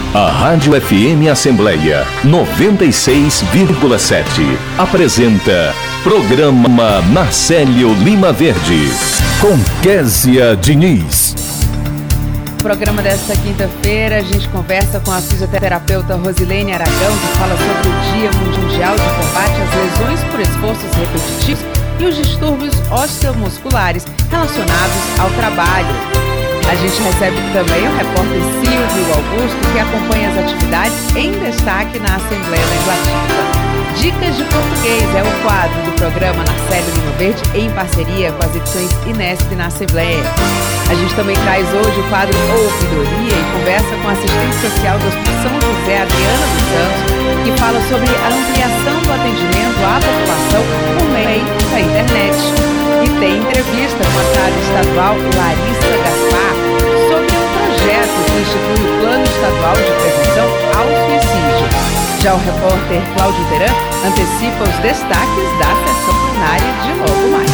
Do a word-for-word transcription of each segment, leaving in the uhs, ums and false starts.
A Rádio F M Assembleia noventa e seis vírgula sete apresenta Programa Marcelo Lima Verde, com Késia Diniz. No programa desta quinta-feira, a gente conversa com a fisioterapeuta Rosilene Aragão, que fala sobre o Dia Mundial de Combate às Lesões por Esforços Repetitivos e os distúrbios osteomusculares relacionados ao trabalho. A gente recebe também o repórter Silvio Augusto, que acompanha as atividades em destaque na Assembleia Legislativa. Dicas de Português é o quadro do programa Marcelo Lima Verde, em parceria com as edições Inesp na Assembleia. A gente também traz hoje o quadro Ouvidoria e conversa com a assistente social do Hospital São José, Adriana dos Santos, que fala sobre a ampliação do atendimento à população por meio da internet. E tem entrevista com a deputada estadual Larissa Gaspar sobre um projeto que institui o Plano Estadual de Prevenção ao Suicídio. Já o repórter Cláudio Teran antecipa os destaques da sessão plenária de logo mais.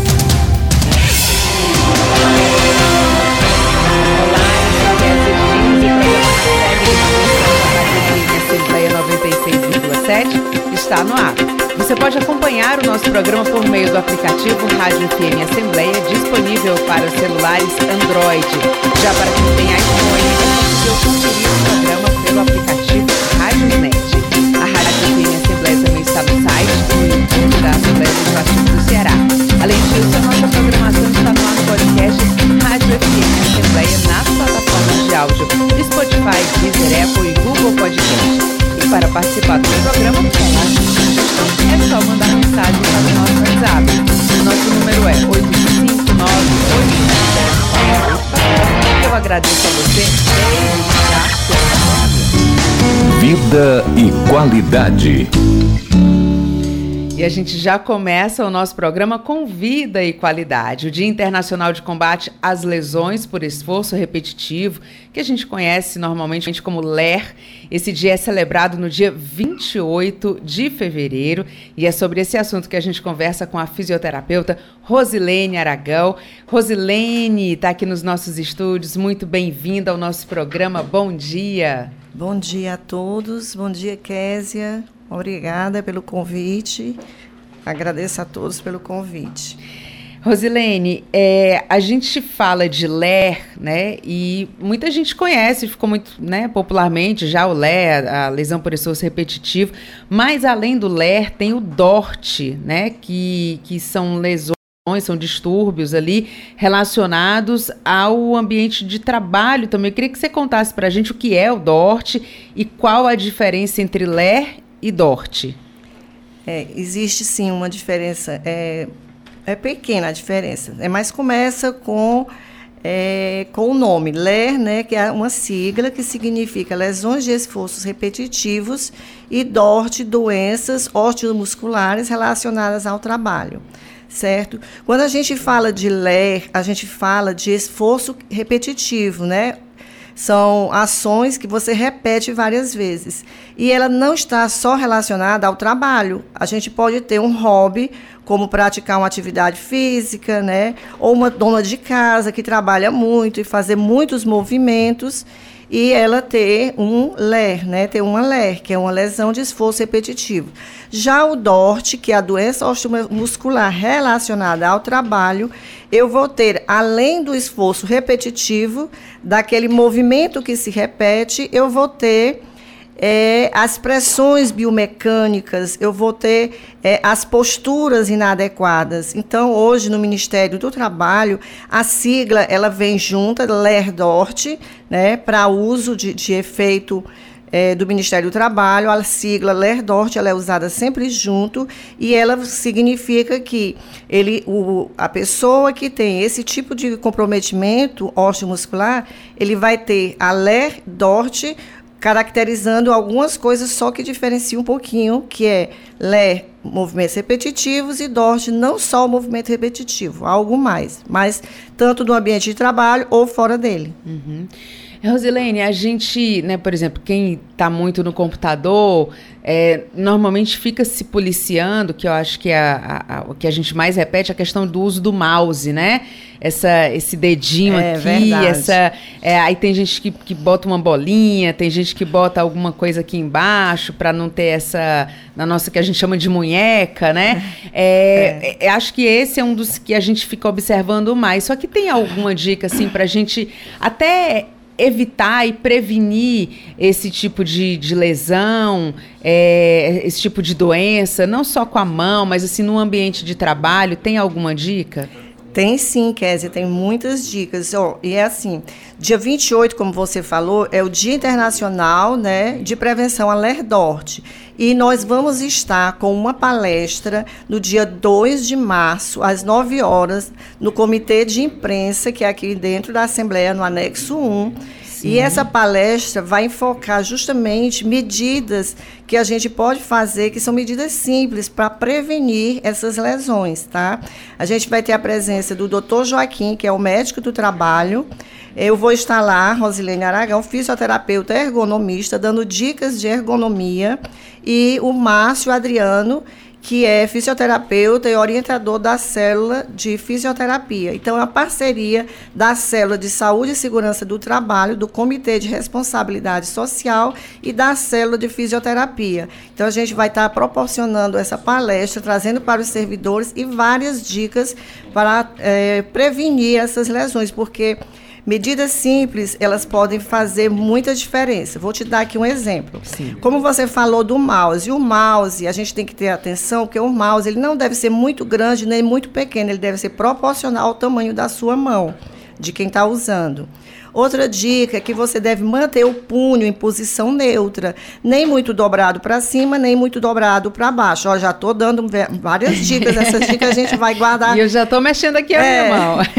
Olá, eu sou Késia Diniz e o programa Assembleia noventa e seis vírgula sete está no ar. Você pode acompanhar o nosso programa por meio do aplicativo Rádio F M Assembleia, disponível para os celulares Android. Já para quem tem iPhone, é possível conferir o programa pelo aplicativo Rádio Net. A Rádio F M Assembleia também está no site e no YouTube da Assembleia Legislativa do Ceará. Além disso, a nossa programação está no ar no podcast Rádio F M Assembleia nas plataformas de áudio Spotify, Deezer, Apple e Google Podcast. E para participar do programa, é só mandar mensagem para o nosso WhatsApp. O nosso número é oito cinco nove oito zero quatro oito. Eu agradeço a você. Vida e qualidade. E a gente já começa o nosso programa com Vida e Qualidade, o Dia Internacional de Combate às Lesões por Esforço Repetitivo, que a gente conhece normalmente como L E R. Esse dia é celebrado no dia vinte e oito de fevereiro e é sobre esse assunto que a gente conversa com a fisioterapeuta Rosilene Aragão. Rosilene está aqui nos nossos estúdios, muito bem-vinda ao nosso programa, bom dia. Bom dia a todos, bom dia Késia. Obrigada pelo convite, agradeço a todos pelo convite. Rosilene, é, a gente fala de L E R, né, e muita gente conhece, ficou muito, né, popularmente já o L E R, a lesão por esforço repetitivo, mas além do L E R tem o D O R T, né, que, que são lesões, são distúrbios ali relacionados ao ambiente de trabalho também. Eu queria que você contasse para a gente o que é o D O R T e qual a diferença entre L E R e D O R T. É, existe sim uma diferença, é, é pequena a diferença, é, mas começa com, é, com o nome L E R, né, que é uma sigla que significa lesões de esforços repetitivos, e D O R T, doenças osteomusculares relacionadas ao trabalho. Certo? Quando a gente fala de L E R, a gente fala de esforço repetitivo, né? São ações que você repete várias vezes. E ela não está só relacionada ao trabalho. A gente pode ter um hobby, como praticar uma atividade física, né? Ou uma dona de casa que trabalha muito e fazer muitos movimentos, e ela ter um L E R, né? Ter uma L E R, que é uma lesão de esforço repetitivo. Já o D O R T, que é a doença osteomuscular relacionada ao trabalho, eu vou ter, além do esforço repetitivo, daquele movimento que se repete, eu vou ter é, as pressões biomecânicas, eu vou ter é, as posturas inadequadas. Então, hoje, no Ministério do Trabalho, a sigla ela vem junta, L E R D O R T, né, para uso de, de efeito é, do Ministério do Trabalho. A sigla L E R D O R T ela é usada sempre junto e ela significa que ele, o, a pessoa que tem esse tipo de comprometimento osteomuscular, ele vai ter a L E R D O R T caracterizando algumas coisas só que diferenciam um pouquinho, que é L E R, movimentos repetitivos, e D O R T, não só o movimento repetitivo, algo mais, mas tanto no ambiente de trabalho ou fora dele. Uhum. Rosilene, a gente, né, por exemplo, quem está muito no computador, é, normalmente fica se policiando, que eu acho que a, a, a, o que a gente mais repete é a questão do uso do mouse, né? Essa, esse dedinho é, aqui, essa, é, aí tem gente que, que bota uma bolinha, tem gente que bota alguma coisa aqui embaixo para não ter essa, na nossa, que a gente chama de munheca, né? É, é. É, acho que esse é um dos que a gente fica observando mais. Só que tem alguma dica, assim, para a gente até evitar e prevenir esse tipo de, de lesão, é, esse tipo de doença, não só com a mão, mas assim no ambiente de trabalho? Tem alguma dica? Tem sim, Kézia, tem muitas dicas. Oh, e é assim, dia vinte e oito, como você falou, é o Dia Internacional, né, de Prevenção à Lerdorte. E nós vamos estar com uma palestra no dia dois de março, às nove horas, no Comitê de Imprensa, que é aqui dentro da Assembleia, no anexo um. Sim. E essa palestra vai enfocar justamente medidas que a gente pode fazer, que são medidas simples para prevenir essas lesões, tá? A gente vai ter a presença do doutor Joaquim, que é o médico do trabalho. Eu vou estar lá, Rosilene Aragão, fisioterapeuta ergonomista, dando dicas de ergonomia, e o Márcio Adriano, que é fisioterapeuta e orientador da célula de fisioterapia. Então, é uma parceria da célula de saúde e segurança do trabalho, do Comitê de Responsabilidade Social e da célula de fisioterapia. Então, a gente vai estar proporcionando essa palestra, trazendo para os servidores e várias dicas para é, prevenir essas lesões, porque medidas simples, elas podem fazer muita diferença. Vou te dar aqui um exemplo. Sim. Como você falou do mouse, o mouse, a gente tem que ter atenção, porque o mouse ele não deve ser muito grande nem muito pequeno, ele deve ser proporcional ao tamanho da sua mão, de quem está usando. Outra dica é que você deve manter o punho em posição neutra, nem muito dobrado para cima, nem muito dobrado para baixo. Ó, já estou dando várias dicas, essas dicas a gente vai guardar. E eu já estou mexendo aqui a é, minha mão.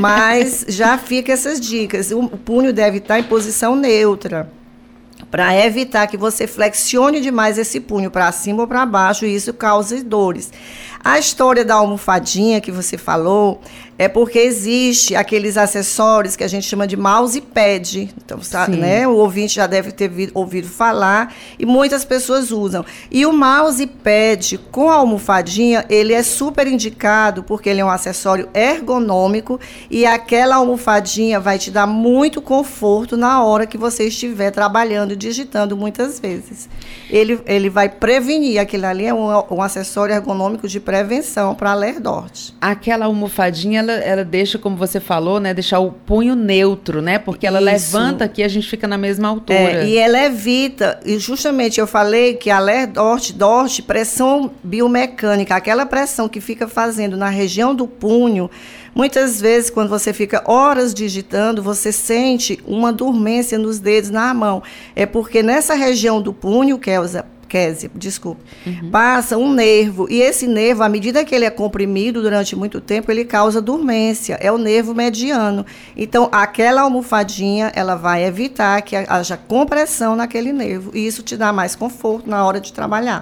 Mas já fica essas dicas. O punho deve estar em posição neutra, para evitar que você flexione demais esse punho para cima ou para baixo, e isso causa dores. A história da almofadinha que você falou é porque existe aqueles acessórios que a gente chama de mousepad. Então, sabe, né? O ouvinte já deve ter ouvido falar e muitas pessoas usam. E o mousepad com a almofadinha, ele é super indicado porque ele é um acessório ergonômico e aquela almofadinha vai te dar muito conforto na hora que você estiver trabalhando e digitando muitas vezes. Ele, ele vai prevenir, aquele ali é um, um acessório ergonômico de prevenção para a lerdorte. Aquela almofadinha, ela, ela deixa, como você falou, né, deixar o punho neutro, né, porque ela Isso. levanta aqui, a gente fica na mesma altura. É, e ela evita, e justamente eu falei que a lerdorte, dorte, pressão biomecânica, aquela pressão que fica fazendo na região do punho, muitas vezes, quando você fica horas digitando, você sente uma dormência nos dedos, na mão. É porque nessa região do punho, Kézia, Kézia, desculpe, uhum. passa um nervo, e esse nervo, à medida que ele é comprimido durante muito tempo, ele causa dormência, é o nervo mediano. Então, aquela almofadinha, ela vai evitar que haja compressão naquele nervo, e isso te dá mais conforto na hora de trabalhar.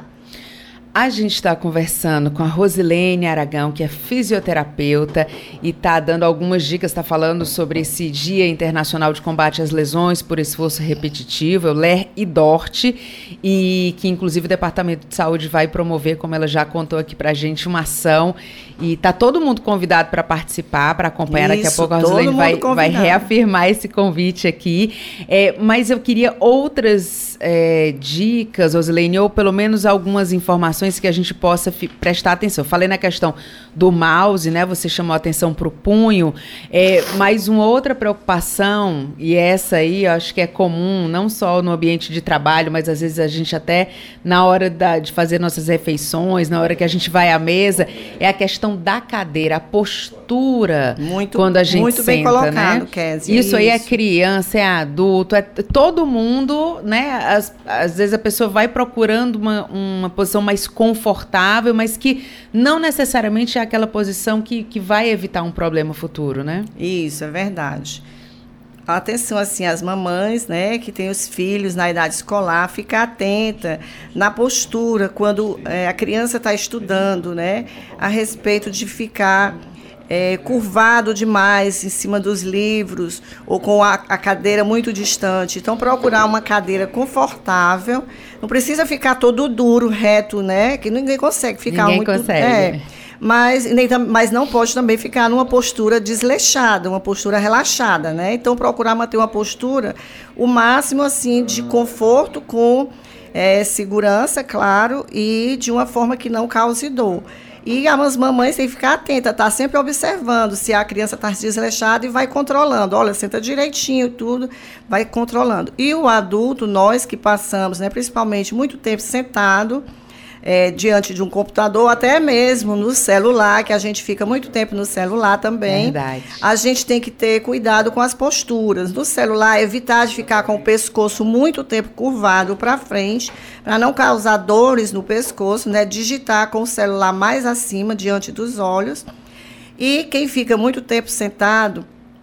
A gente está conversando com a Rosilene Aragão, que é fisioterapeuta e está dando algumas dicas, está falando sobre esse Dia Internacional de Combate às Lesões por Esforço Repetitivo, o LER-IDORTE, e que inclusive o Departamento de Saúde vai promover, como ela já contou aqui para a gente, uma ação. E está todo mundo convidado para participar, para acompanhar. Isso, daqui a pouco a Rosilene vai, vai reafirmar esse convite aqui. É, mas eu queria outras é, dicas, Rosilene, ou pelo menos algumas informações que a gente possa fi- prestar atenção. Eu falei na questão do mouse, né? Você chamou a atenção para o punho, é, mas uma outra preocupação, e essa aí eu acho que é comum, não só no ambiente de trabalho, mas às vezes a gente até na hora da, de fazer nossas refeições, na hora que a gente vai à mesa, é a questão da cadeira, a postura, muito, quando a gente muito senta, bem colocado, né? Kézia, isso, isso aí é criança, é adulto, é todo mundo, né? Às, às vezes a pessoa vai procurando uma, uma posição mais confortável, mas que não necessariamente é aquela posição que, que vai evitar um problema futuro, né? Isso, é verdade. Atenção, assim, as mamães, né, que têm os filhos na idade escolar, ficar atenta na postura, quando é, a criança está estudando, né, a respeito de ficar é, curvado demais em cima dos livros ou com a, a cadeira muito distante. Então, procurar uma cadeira confortável. Não precisa ficar todo duro, reto, né? Que ninguém consegue ficar ninguém muito... consegue. É, mas, nem, mas não pode também ficar numa postura desleixada, uma postura relaxada, né? Então, procurar manter uma postura o máximo, assim, de conforto com é, segurança, claro, e de uma forma que não cause dor. E as mamães têm que ficar atentas, tá sempre observando se a criança está desleixada e vai controlando. Olha, senta direitinho, tudo, vai controlando. E o adulto, nós que passamos, né, principalmente muito tempo sentado, É, diante de um computador, até mesmo no celular, que a gente fica muito tempo no celular também. Verdade. A gente tem que ter cuidado com as posturas. No celular, evitar de ficar com o pescoço muito tempo curvado para frente, para não causar dores no pescoço, né? Digitar com o celular mais acima, diante dos olhos. E quem fica muito tempo sentado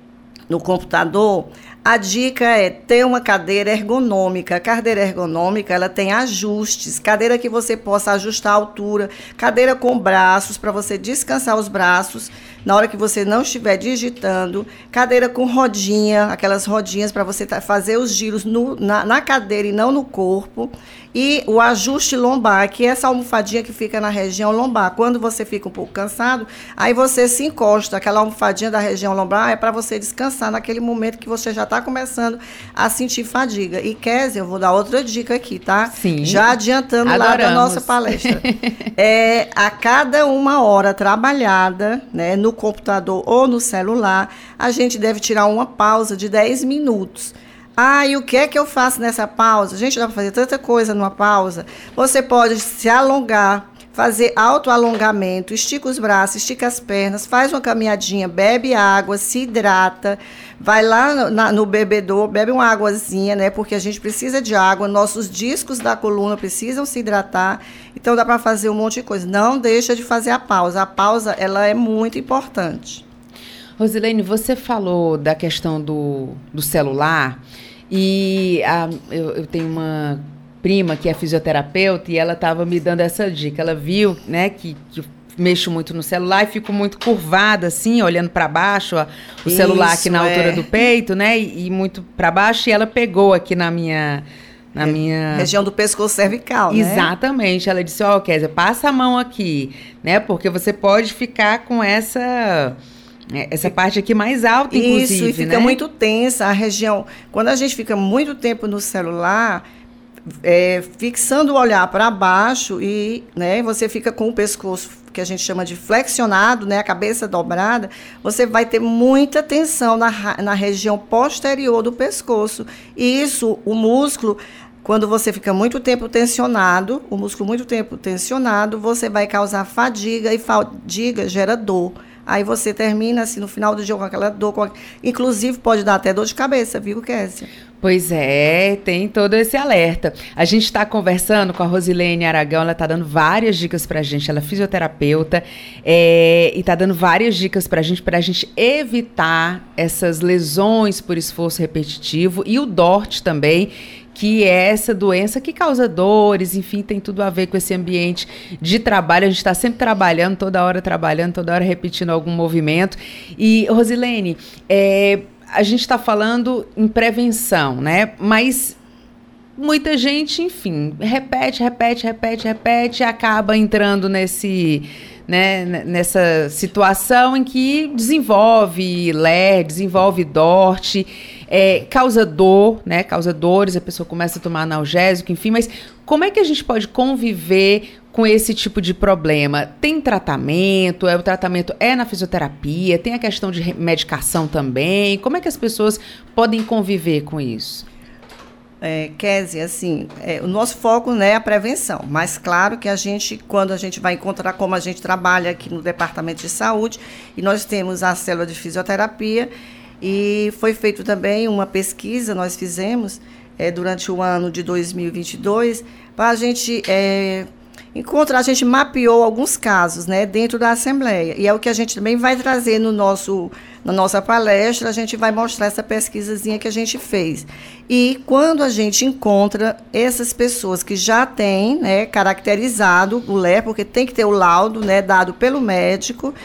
no computador, a dica é ter uma cadeira ergonômica. A cadeira ergonômica, ela tem ajustes, cadeira que você possa ajustar a altura, cadeira com braços, para você descansar os braços na hora que você não estiver digitando, cadeira com rodinha, aquelas rodinhas para você fazer os giros no, na, na cadeira e não no corpo, e o ajuste lombar, que é essa almofadinha que fica na região lombar. Quando você fica um pouco cansado, aí você se encosta, aquela almofadinha da região lombar é para você descansar naquele momento que você já está começando a sentir fadiga. E, Kézia, eu vou dar outra dica aqui, tá? Sim. Já adiantando Adoramos. lá da nossa palestra. É, a cada uma hora trabalhada, né, no computador ou no celular, a gente deve tirar uma pausa de dez minutos. Ah, e o que é que eu faço nessa pausa? Gente, dá para fazer tanta coisa numa pausa. Você pode se alongar, fazer autoalongamento, estica os braços, estica as pernas, faz uma caminhadinha, bebe água, se hidrata, vai lá no, na, no bebedor, bebe uma águazinha, né? Porque a gente precisa de água, nossos discos da coluna precisam se hidratar, então dá para fazer um monte de coisa. Não deixa de fazer a pausa. A pausa, ela é muito importante. Rosilene, você falou da questão do, do celular e a, eu, eu tenho uma prima que é fisioterapeuta e ela estava me dando essa dica. Ela viu, né, que, que eu mexo muito no celular e fico muito curvada assim, olhando para baixo, ó, o Isso, celular aqui na é. altura do peito, né, e, e muito para baixo, e ela pegou aqui na minha... Na minha... região do pescoço cervical, né? Exatamente. Ela disse, ó, oh, Kézia, passa a mão aqui, né, porque você pode ficar com essa... Essa parte aqui mais alta, inclusive, Isso, e fica né? muito tensa a região. Quando a gente fica muito tempo no celular, é, fixando o olhar para baixo, e, né, você fica com o pescoço, que a gente chama de flexionado, né, a cabeça dobrada, você vai ter muita tensão na, na região posterior do pescoço. E isso, o músculo... Quando você fica muito tempo tensionado, o músculo muito tempo tensionado, você vai causar fadiga, e fadiga gera dor. Aí você termina, assim, no final do dia com aquela dor. Com... Inclusive, pode dar até dor de cabeça, viu, Kézia? Pois é, tem todo esse alerta. A gente está conversando com a Rosilene Aragão, ela está dando várias dicas para a gente. Ela é fisioterapeuta é, e está dando várias dicas para a gente, para a gente evitar essas lesões por esforço repetitivo. E o D O R T também, que é essa doença que causa dores, enfim, tem tudo a ver com esse ambiente de trabalho. A gente está sempre trabalhando, toda hora trabalhando, toda hora repetindo algum movimento. E, Rosilene, é, a gente está falando em prevenção, né? Mas muita gente, enfim, repete, repete, repete, repete, e acaba entrando nesse... Né, nessa situação em que desenvolve L E R, desenvolve D O R T, é, causa dor, né, causa dores, a pessoa começa a tomar analgésico, enfim, mas como é que a gente pode conviver com esse tipo de problema? Tem tratamento? É, o tratamento é na fisioterapia? Tem a questão de medicação também? Como é que as pessoas podem conviver com isso? É, Kézia, assim, é, o nosso foco, né, é a prevenção, mas claro que a gente, quando a gente vai encontrar, como a gente trabalha aqui no Departamento de Saúde, e nós temos a célula de fisioterapia, e foi feito também uma pesquisa, nós fizemos é, durante o ano de dois mil e vinte e dois, para a gente é, encontrar, a gente mapeou alguns casos, né, dentro da Assembleia, e é o que a gente também vai trazer no nosso... Na nossa palestra, a gente vai mostrar essa pesquisazinha que a gente fez. E quando a gente encontra essas pessoas que já têm, né, caracterizado o L E R, porque tem que ter o laudo, né, dado pelo médico,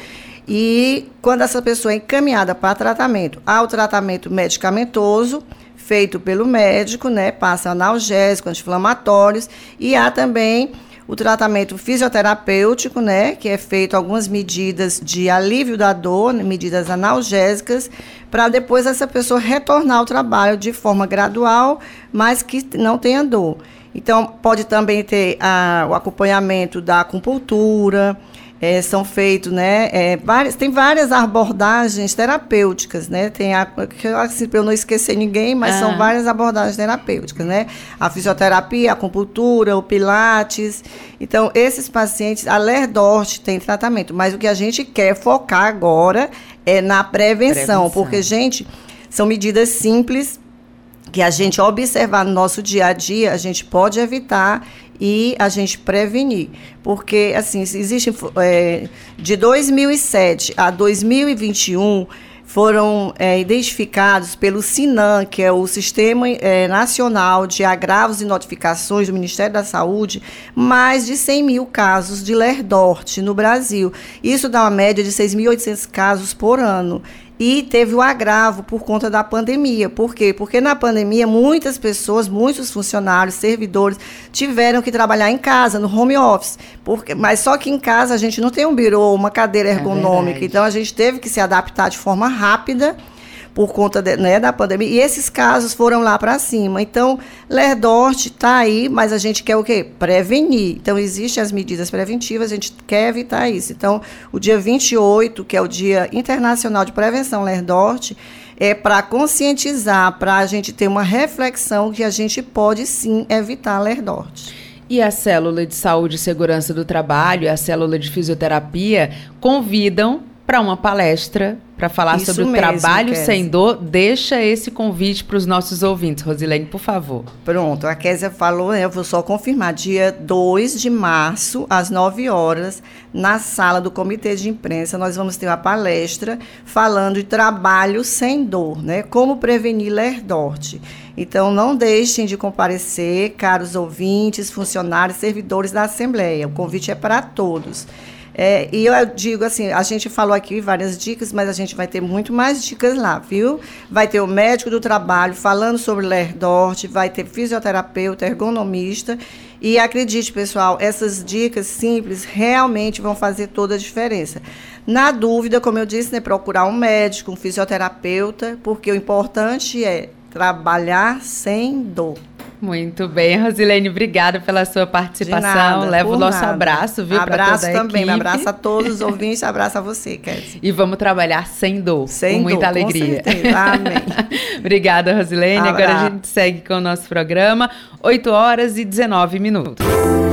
E quando essa pessoa é encaminhada para tratamento, há o tratamento medicamentoso, feito pelo médico, né? Passa analgésico, anti-inflamatórios, e há também o tratamento fisioterapêutico, né? Que é feito algumas medidas de alívio da dor, medidas analgésicas, para depois essa pessoa retornar ao trabalho de forma gradual, mas que não tenha dor. Então, pode também ter a, o acompanhamento da acupuntura. É, são feitos, né, é, várias, tem várias abordagens terapêuticas, né, tem a, assim, para eu não esquecer ninguém, mas ah. são várias abordagens terapêuticas, né, a fisioterapia, a acupuntura, o pilates. Então, esses pacientes, a Lerdort tem tratamento, mas o que a gente quer focar agora é na prevenção, prevenção. Porque, gente, são medidas simples que a gente observar no nosso dia a dia, a gente pode evitar e a gente prevenir. Porque, assim, existe, é, de dois mil e sete a dois mil e vinte e um, foram é, identificados pelo SINAM, que é o Sistema é, Nacional de Agravos e Notificações do Ministério da Saúde, mais de cem mil casos de Lerdort no Brasil. Isso dá uma média de seis mil e oitocentos casos por ano. E teve o agravo por conta da pandemia. Por quê? Porque na pandemia muitas pessoas, muitos funcionários, servidores, tiveram que trabalhar em casa, no home office. Porque, mas só que em casa a gente não tem um birô, uma cadeira ergonômica. É então a gente teve que se adaptar de forma rápida por conta de, né, da pandemia. E esses casos foram lá para cima. Então, Lerdort está aí, mas a gente quer o quê? Prevenir. Então, existem as medidas preventivas, a gente quer evitar isso. Então, o dia vinte e oito, que é o Dia Internacional de Prevenção Lerdort, é para conscientizar, para a gente ter uma reflexão que a gente pode, sim, evitar Lerdort. E a Célula de Saúde e Segurança do Trabalho e a Célula de Fisioterapia convidam para uma palestra para falar Isso sobre o mesmo, trabalho Kézia. Sem dor. Deixa esse convite para os nossos ouvintes, Rosilene, por favor. Pronto, a Kézia falou, eu vou só confirmar, dia dois de março, às nove horas, na sala do Comitê de Imprensa, nós vamos ter uma palestra falando de trabalho sem dor, né? Como prevenir Lerdort. Então, não deixem de comparecer, caros ouvintes, funcionários, servidores da Assembleia. O convite é para todos. É, e eu digo assim, a gente falou aqui várias dicas, mas a gente vai ter muito mais dicas lá, viu? Vai ter o médico do trabalho falando sobre Lerdort, vai ter fisioterapeuta, ergonomista, e acredite, pessoal, essas dicas simples realmente vão fazer toda a diferença. Na dúvida, como eu disse, né, procurar um médico, um fisioterapeuta, porque o importante é trabalhar sem dor. Muito bem, Rosilene, obrigada pela sua participação. Nada, Leva o nosso nada. abraço, viu, para toda a abraço também, equipe. Abraço a todos os ouvintes, abraço a você, Kézia. E vamos trabalhar sem dor, sem com muita dor, alegria. Com certeza. Amém. Obrigada, Rosilene. Abraço. Agora a gente segue com o nosso programa, oito horas e dezenove minutos.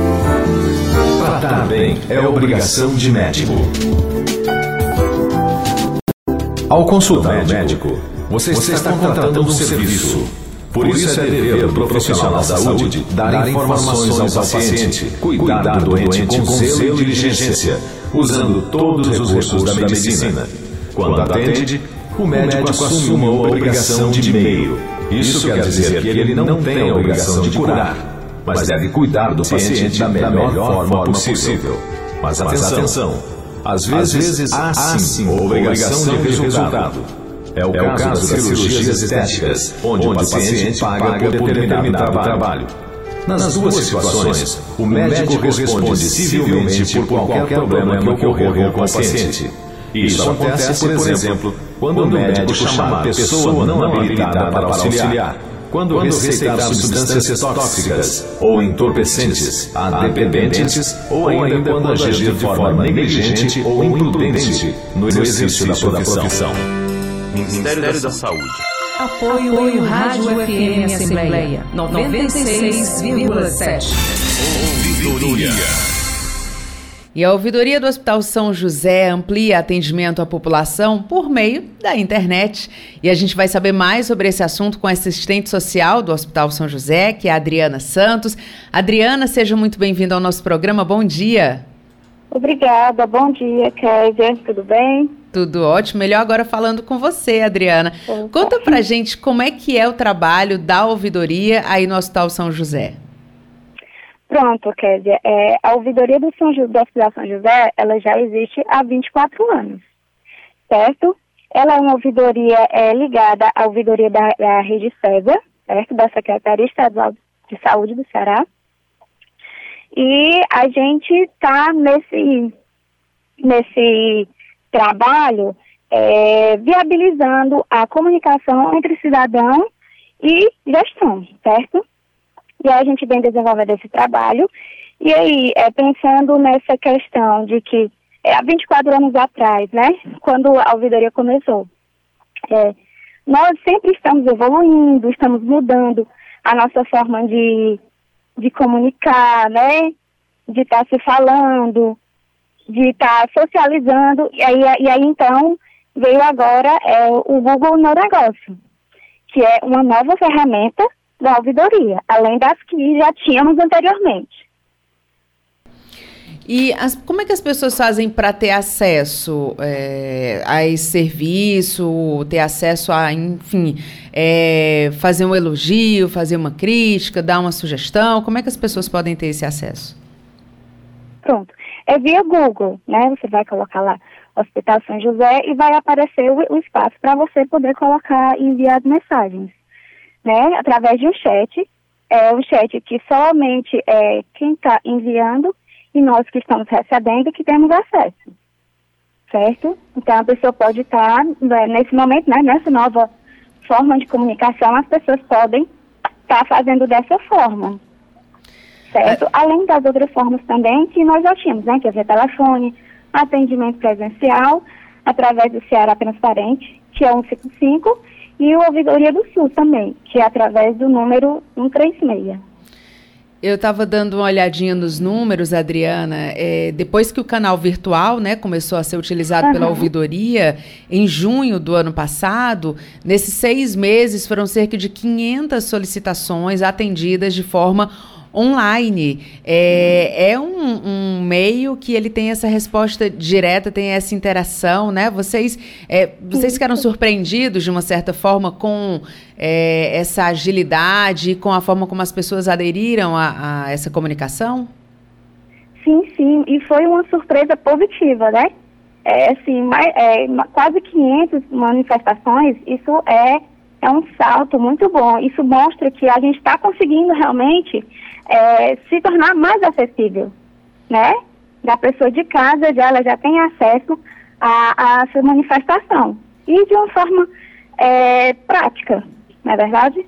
Tratar bem é obrigação de médico. Ao consultar o médico, você está contratando um serviço. Por isso é dever do profissional da saúde dar informações ao paciente, cuidar do doente com zelo e diligência, usando todos os recursos da medicina. Quando atende, o médico assume uma obrigação de meio. Isso quer dizer que ele não tem a obrigação de curar, mas deve cuidar do paciente da melhor forma possível. Mas atenção, às vezes há sim a obrigação de resultado. É o caso das cirurgias estéticas, onde o paciente paga por determinado trabalho. Nas duas situações, o médico responde civilmente por qualquer problema que ocorrer com o paciente. Isso acontece, por exemplo, quando o médico chamar pessoa não habilitada para auxiliar, quando receitar substâncias tóxicas ou entorpecentes a dependentes, ou ainda quando agir de forma negligente ou imprudente no exercício da profissão. Ministério da, da Saúde. Apoio, Apoio Rádio F M Assembleia noventa e seis vírgula sete. Ouvidoria. E a ouvidoria do Hospital São José amplia atendimento à população por meio da internet. E a gente vai saber mais sobre esse assunto com a assistente social do Hospital São José, que é a Adriana Santos. Adriana, seja muito bem-vinda ao nosso programa. Bom dia. Obrigada, bom dia, Kézia, tudo bem? Tudo ótimo, melhor agora falando com você, Adriana. Opa. Conta pra gente como é que é o trabalho da ouvidoria aí no Hospital São José. Pronto, Kézia, é, a ouvidoria do, São, do Hospital São José, ela já existe há vinte e quatro anos, certo? Ela é uma ouvidoria é, ligada à ouvidoria da, da Rede SESA, certo? Da Secretaria Estadual de Saúde do Ceará. E a gente está nesse, nesse trabalho é, viabilizando a comunicação entre cidadão e gestão, certo? E aí a gente vem desenvolvendo esse trabalho. E aí, é, pensando nessa questão de que é, há vinte e quatro anos atrás, né, quando a ouvidoria começou, é, nós sempre estamos evoluindo, estamos mudando a nossa forma de, de comunicar, né, de estar tá se falando, de estar tá socializando, e aí, e aí então veio agora é, o Google No Negócio, que é uma nova ferramenta da ouvidoria, além das que já tínhamos anteriormente. E as, como é que as pessoas fazem para ter acesso é, a esse serviço, ter acesso a, enfim, é, fazer um elogio, fazer uma crítica, dar uma sugestão? Como é que as pessoas podem ter esse acesso? Pronto. É via Google, né? Você vai colocar lá Hospital São José e vai aparecer o, o espaço para você poder colocar e enviar mensagens, né? Através de um chat. É um chat que somente é quem está enviando e nós que estamos recebendo que temos acesso, certo? Então, a pessoa pode estar, né, nesse momento, né, nessa nova forma de comunicação, as pessoas podem estar fazendo dessa forma, certo? É. Além das outras formas também que nós já tínhamos, né, que é via telefone, atendimento presencial, através do Ceará Transparente, que é um cinco cinco, e o Ouvidoria do Sul também, que é através do número um três seis. Eu estava dando uma olhadinha nos números, Adriana, é, depois que o canal virtual, né, começou a ser utilizado uhum. pela ouvidoria, em junho do ano passado, nesses seis meses foram cerca de quinhentas solicitações atendidas de forma online. É, é um, um meio que ele tem essa resposta direta, tem essa interação, né? Vocês, é, vocês ficaram surpreendidos, de uma certa forma, com é, essa agilidade, com a forma como as pessoas aderiram a, a essa comunicação? Sim, sim. E foi uma surpresa positiva, né? É, assim, mais, é, quase quinhentas manifestações, isso é, é um salto muito bom. Isso mostra que a gente está conseguindo realmente É, se tornar mais acessível, né? Da pessoa de casa, já, ela já tem acesso a, a essa manifestação. E de uma forma é, prática, não é verdade?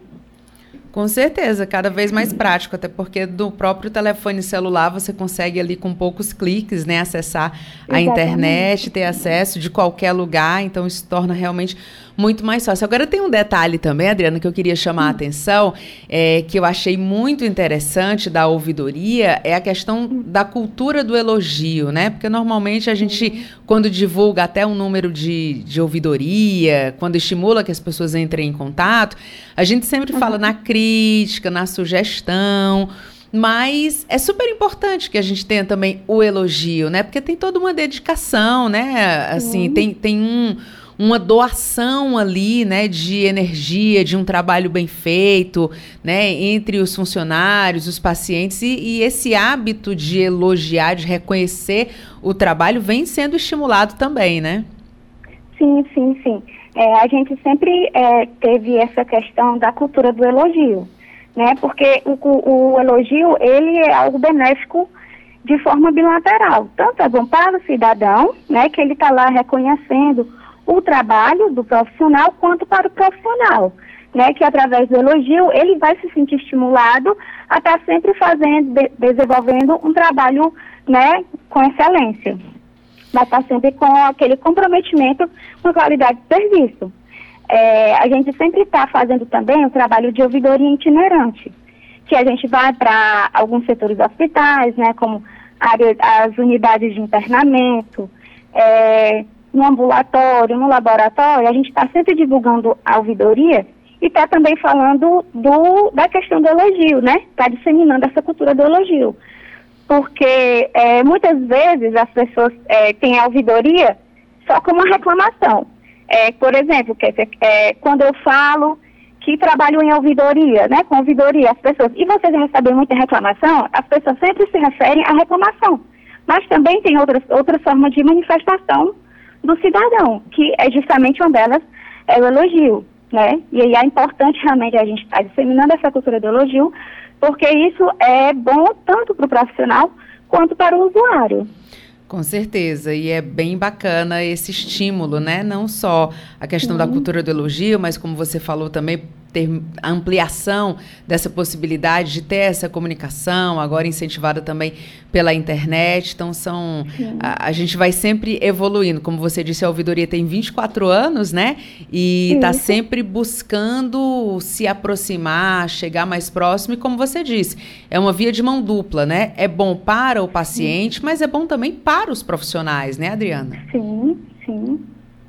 Com certeza, cada vez mais prático, até porque do próprio telefone celular você consegue ali com poucos cliques, né, acessar a Exatamente. internet, ter acesso de qualquer lugar, então isso torna realmente muito mais fácil. Agora tem um detalhe também, Adriana, que eu queria chamar a atenção, é, que eu achei muito interessante da ouvidoria, é a questão da cultura do elogio, né? Porque normalmente a gente, quando divulga até um número de, de ouvidoria, quando estimula que as pessoas entrem em contato, a gente sempre fala na crítica, na sugestão, mas é super importante que a gente tenha também o elogio, né? Porque tem toda uma dedicação, né? Assim, tem, tem um... uma doação ali, né, de energia, de um trabalho bem feito, né, entre os funcionários, os pacientes, e, e esse hábito de elogiar, de reconhecer o trabalho vem sendo estimulado também, né? Sim, sim, sim. É, a gente sempre é, teve essa questão da cultura do elogio, né, porque o, o, o elogio, ele é algo benéfico de forma bilateral, tanto é bom para o cidadão, né, que ele está lá reconhecendo o trabalho do profissional, quanto para o profissional, né, que através do elogio ele vai se sentir estimulado a estar sempre fazendo, de, desenvolvendo um trabalho, né, com excelência. Vai estar sempre com aquele comprometimento com a qualidade do serviço. É, a gente sempre está fazendo também o trabalho de ouvidoria itinerante, que a gente vai para alguns setores dos hospitais, né, como área, as unidades de internamento, é, no ambulatório, no laboratório, a gente está sempre divulgando a ouvidoria e está também falando do, da questão do elogio, né? Está disseminando essa cultura do elogio. Porque é, muitas vezes as pessoas é, têm a ouvidoria só como uma reclamação. É, por exemplo, que, é, quando eu falo que trabalho em ouvidoria, né? Com ouvidoria, as pessoas, e vocês recebem muita reclamação, as pessoas sempre se referem à reclamação. Mas também tem outras, outras formas de manifestação do cidadão, que é justamente uma delas, é o elogio, né? E aí é importante realmente a gente estar disseminando essa cultura do elogio, porque isso é bom tanto para o profissional quanto para o usuário. Com certeza, e é bem bacana esse estímulo, né? Não só a questão Sim. da cultura do elogio, mas como você falou também, ter a ampliação dessa possibilidade de ter essa comunicação, agora incentivada também pela internet. Então, são a, a gente vai sempre evoluindo. Como você disse, a ouvidoria tem vinte e quatro anos, né? E está sempre buscando se aproximar, chegar mais próximo. E como você disse, é uma via de mão dupla, né? É bom para o paciente, sim. mas é bom também para os profissionais, né, Adriana? Sim, sim.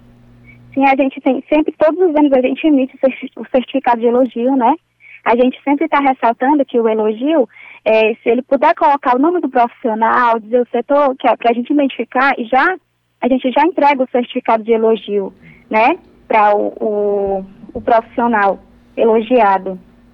Sim, a gente tem, sempre, todos os anos a gente emite o certificado de elogio, né? A gente sempre está ressaltando que o elogio, é, se ele puder colocar o nome do profissional, dizer o setor, que é para a gente identificar, e já, a gente já entrega o certificado de elogio, né? Para o, o, o profissional elogiado.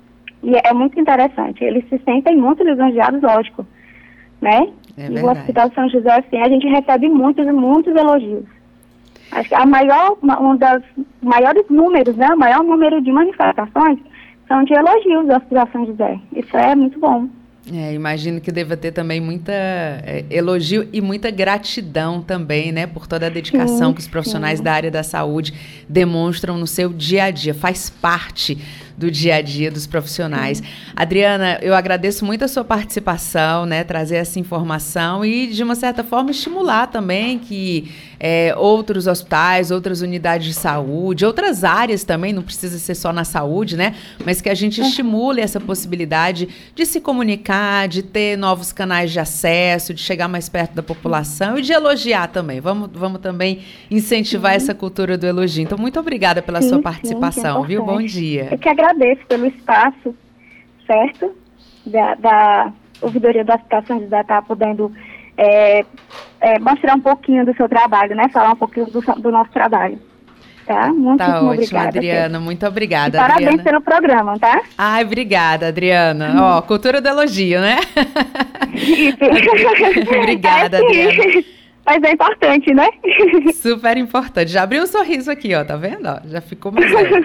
E é muito interessante, eles se sentem muito lisonjeados, lógico, né? É e o Hospital São José, assim, a gente recebe muitos, muitos elogios. Acho que a maior, um dos maiores números, né, o maior número de manifestações são de elogios do Hospital São José. Isso é muito bom. É, imagino que deva ter também muita é, elogio e muita gratidão também, né, por toda a dedicação sim, que os profissionais sim. da área da saúde demonstram no seu dia a dia, faz parte do dia a dia dos profissionais. Sim. Adriana, eu agradeço muito a sua participação, né, trazer essa informação e, de uma certa forma, estimular também que é, outros hospitais, outras unidades de saúde, outras áreas também, não precisa ser só na saúde, né, mas que a gente estimule essa possibilidade de se comunicar, de ter novos canais de acesso, de chegar mais perto da população e de elogiar também. Vamos, vamos também incentivar sim. essa cultura do elogio. Então, muito obrigada pela sim, sua participação, sim, viu? Bom dia. Eu que agradeço pelo espaço, certo? Da, da ouvidoria do Hospital São José estar podendo é, é, mostrar um pouquinho do seu trabalho, né? Falar um pouquinho do, do nosso trabalho. Tá? Muito, tá muito ótimo, obrigada. Adriana. Muito obrigada, e parabéns Adriana. pelo programa, tá? Ai, obrigada, Adriana. Hum. Ó, cultura do elogio, né? Isso. Obrigada, é, Adriana. Mas é importante, né? Super importante. Já abriu um sorriso aqui, ó, tá vendo? Ó, já ficou mais leve.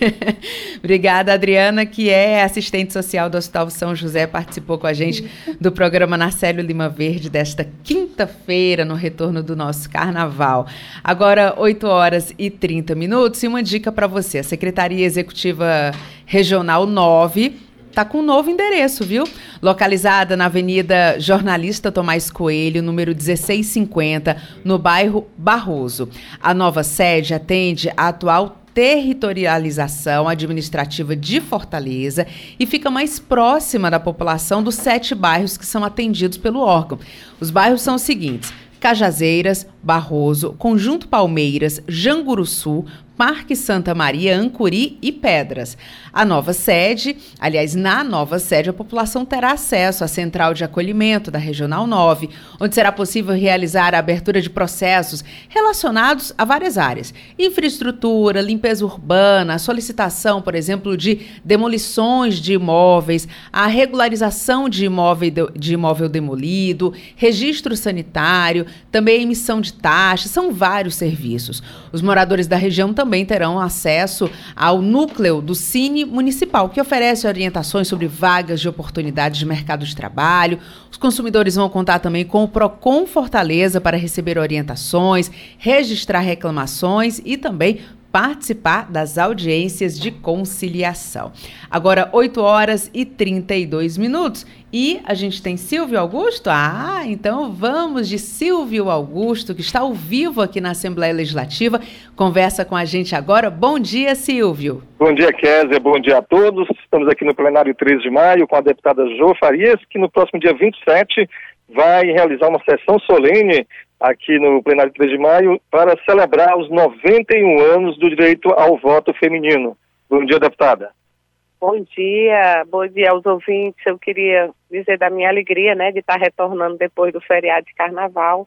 Obrigada, Adriana, que é assistente social do Hospital São José, participou com a gente do programa Narcélio Lima Verde desta quinta-feira, no retorno do nosso carnaval. Agora, oito horas e trinta minutos, e uma dica para você. A Secretaria Executiva Regional nove está com um novo endereço, viu? Localizada na Avenida Jornalista Tomás Coelho, número dezesseis cinquenta, no bairro Barroso. A nova sede atende à atual territorialização administrativa de Fortaleza e fica mais próxima da população dos sete bairros que são atendidos pelo órgão. Os bairros são os seguintes: Cajazeiras, Barroso, Conjunto Palmeiras, Janguruçu, Parque Santa Maria, Ancuri e Pedras. A nova sede, aliás, na nova sede, a população terá acesso à central de acolhimento da Regional nove, onde será possível realizar a abertura de processos relacionados a várias áreas: infraestrutura, limpeza urbana, a solicitação, por exemplo, de demolições de imóveis, a regularização de imóvel, de imóvel demolido, registro sanitário, também a emissão de taxas, são vários serviços. Os moradores da região também terão acesso ao núcleo do Cine Municipal, que oferece orientações sobre vagas de oportunidades de mercado de trabalho. Os consumidores vão contar também com o Procon Fortaleza para receber orientações, registrar reclamações e também participar das audiências de conciliação. Agora, oito horas e trinta e dois minutos. E a gente tem Silvio Augusto? Ah, então vamos de Silvio Augusto, que está ao vivo aqui na Assembleia Legislativa. Conversa com a gente agora. Bom dia, Silvio. Bom dia, Kézia. Bom dia a todos. Estamos aqui no plenário três de maio com a deputada Jo Farias, que no próximo dia vinte e sete vai realizar uma sessão solene aqui no plenário três de maio para celebrar os noventa e um anos do direito ao voto feminino. Bom dia, deputada. Bom dia, bom dia aos ouvintes. Eu queria dizer da minha alegria, né, de estar retornando depois do feriado de carnaval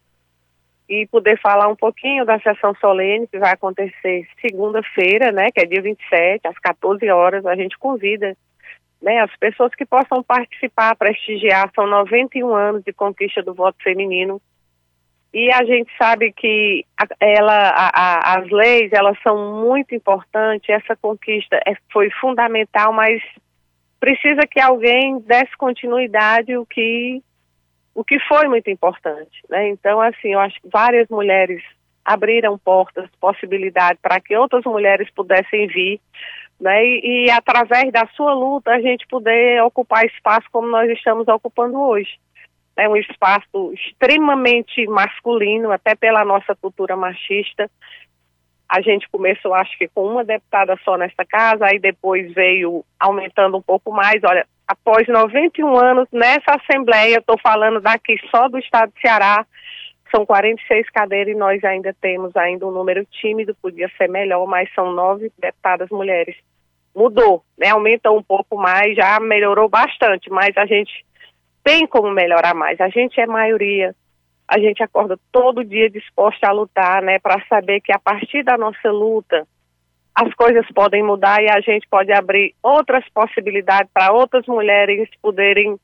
e poder falar um pouquinho da sessão solene que vai acontecer segunda-feira, né, que é dia vinte e sete, às quatorze horas. A gente convida, né, as pessoas que possam participar, prestigiar. São noventa e um anos de conquista do voto feminino. E a gente sabe que a, ela, a, a, as leis, elas são muito importantes, essa conquista é, foi fundamental, mas precisa que alguém desse continuidade o que, o que foi muito importante, né? Então, assim, eu acho que várias mulheres abriram portas, possibilidade para que outras mulheres pudessem vir, né? E, e através da sua luta a gente poder ocupar espaço como nós estamos ocupando hoje. É um espaço extremamente masculino, até pela nossa cultura machista. A gente começou, acho que, com uma deputada só nessa casa, aí depois veio aumentando um pouco mais. Olha, após noventa e um anos nessa Assembleia, estou falando daqui só do estado de Ceará, são quarenta e seis cadeiras e nós ainda temos ainda um número tímido, podia ser melhor, mas são nove deputadas mulheres. Mudou, né? Aumentou um pouco mais, já melhorou bastante, mas a gente tem como melhorar mais. A gente é maioria, a gente acorda todo dia disposta a lutar, né, para saber que a partir da nossa luta as coisas podem mudar e a gente pode abrir outras possibilidades para outras mulheres poderem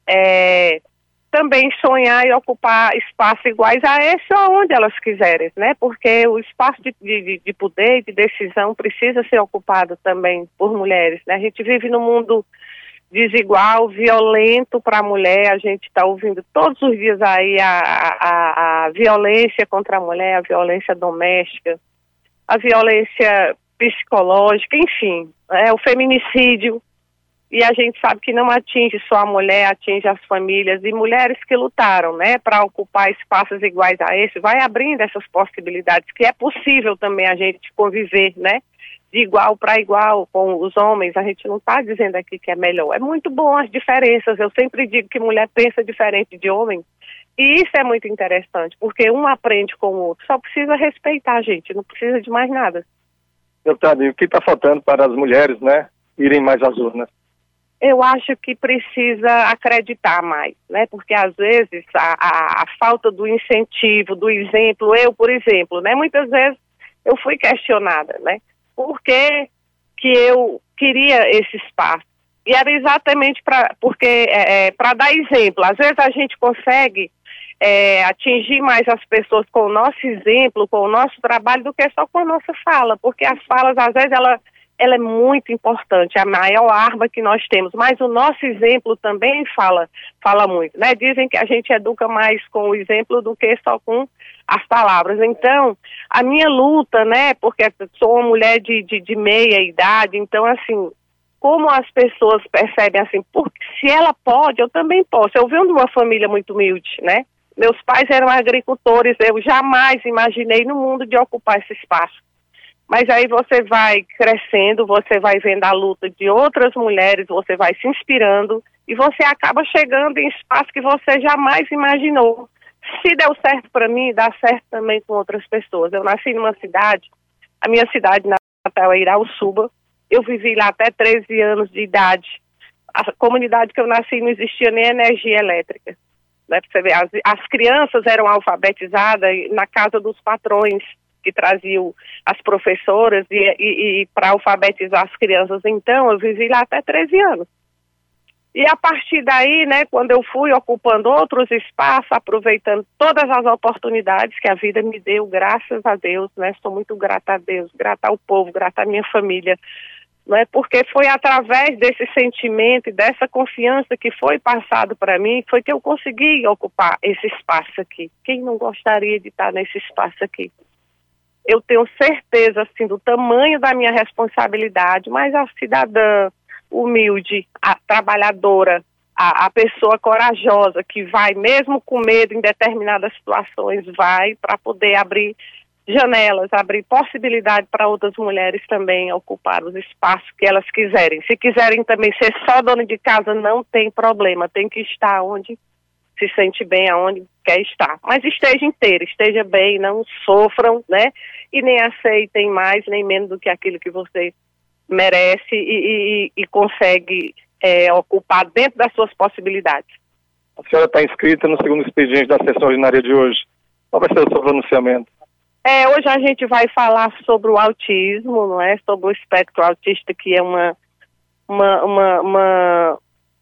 é, também sonhar e ocupar espaços iguais a esse ou onde elas quiserem, né, porque o espaço de, de, de poder, de decisão precisa ser ocupado também por mulheres, né. A gente vive num mundo desigual, violento para a mulher. A gente está ouvindo todos os dias aí a, a, a violência contra a mulher, a violência doméstica, a violência psicológica, enfim, é, o feminicídio. E a gente sabe que não atinge só a mulher, atinge as famílias e mulheres que lutaram, né, para ocupar espaços iguais a esse, vai abrindo essas possibilidades, que é possível também a gente conviver, né, de igual para igual com os homens. A gente não está dizendo aqui que é melhor. É muito bom as diferenças. Eu sempre digo que mulher pensa diferente de homem. E isso é muito interessante, porque um aprende com o outro. Só precisa respeitar a gente, não precisa de mais nada. Deputado, e o que está faltando para as mulheres, né, irem mais às urnas? Eu acho que precisa acreditar mais, né? Porque às vezes a, a, a falta do incentivo, do exemplo, eu, por exemplo, né? Muitas vezes eu fui questionada, né? Por que que eu queria esse espaço? E era exatamente para porque é, para dar exemplo. Às vezes a gente consegue é, atingir mais as pessoas com o nosso exemplo, com o nosso trabalho, do que só com a nossa fala, porque as falas, às vezes, ela, ela é muito importante, a maior arma que nós temos, mas o nosso exemplo também fala, fala muito, né? Dizem que a gente educa mais com o exemplo do que só com as palavras. Então, a minha luta, né, porque sou uma mulher de, de, de meia idade, então, assim, como as pessoas percebem assim, porque se ela pode, eu também posso. Eu venho de uma família muito humilde, né? Meus pais eram agricultores, eu jamais imaginei no mundo de ocupar esse espaço. Mas aí você vai crescendo, você vai vendo a luta de outras mulheres, você vai se inspirando e você acaba chegando em espaço que você jamais imaginou. Se deu certo para mim, dá certo também com outras pessoas. Eu nasci numa cidade, a minha cidade natal é Irauçuba, eu vivi lá até treze anos de idade. A comunidade que eu nasci não existia nem energia elétrica. Né? Pra você ver, as, as crianças eram alfabetizadas na casa dos patrões, que traziam as professoras e, e, e para alfabetizar as crianças. Então, eu vivi lá até treze anos. E a partir daí, né, quando eu fui ocupando outros espaços, aproveitando todas as oportunidades que a vida me deu, graças a Deus, né, sou muito grata a Deus, grata ao povo, grata à minha família, não é? Porque foi através desse sentimento e dessa confiança que foi passado para mim, foi que eu consegui ocupar esse espaço aqui. Quem não gostaria de estar nesse espaço aqui? Eu tenho certeza, assim, do tamanho da minha responsabilidade, mas a cidadã humilde, a trabalhadora, a, a pessoa corajosa que vai, mesmo com medo em determinadas situações, vai para poder abrir janelas, abrir possibilidade para outras mulheres também ocupar os espaços que elas quiserem. Se quiserem também ser só dona de casa, não tem problema, tem que estar onde se sente bem, aonde quer estar. Mas esteja inteira, esteja bem, não sofram, né? E nem aceitem mais, nem menos do que aquilo que você merece e, e, e consegue é, ocupar dentro das suas possibilidades. A senhora está inscrita no segundo expediente da sessão ordinária de hoje. Qual vai ser o seu pronunciamento? É, hoje a gente vai falar sobre o autismo, não é? Sobre o espectro autista, que é uma, uma, uma, uma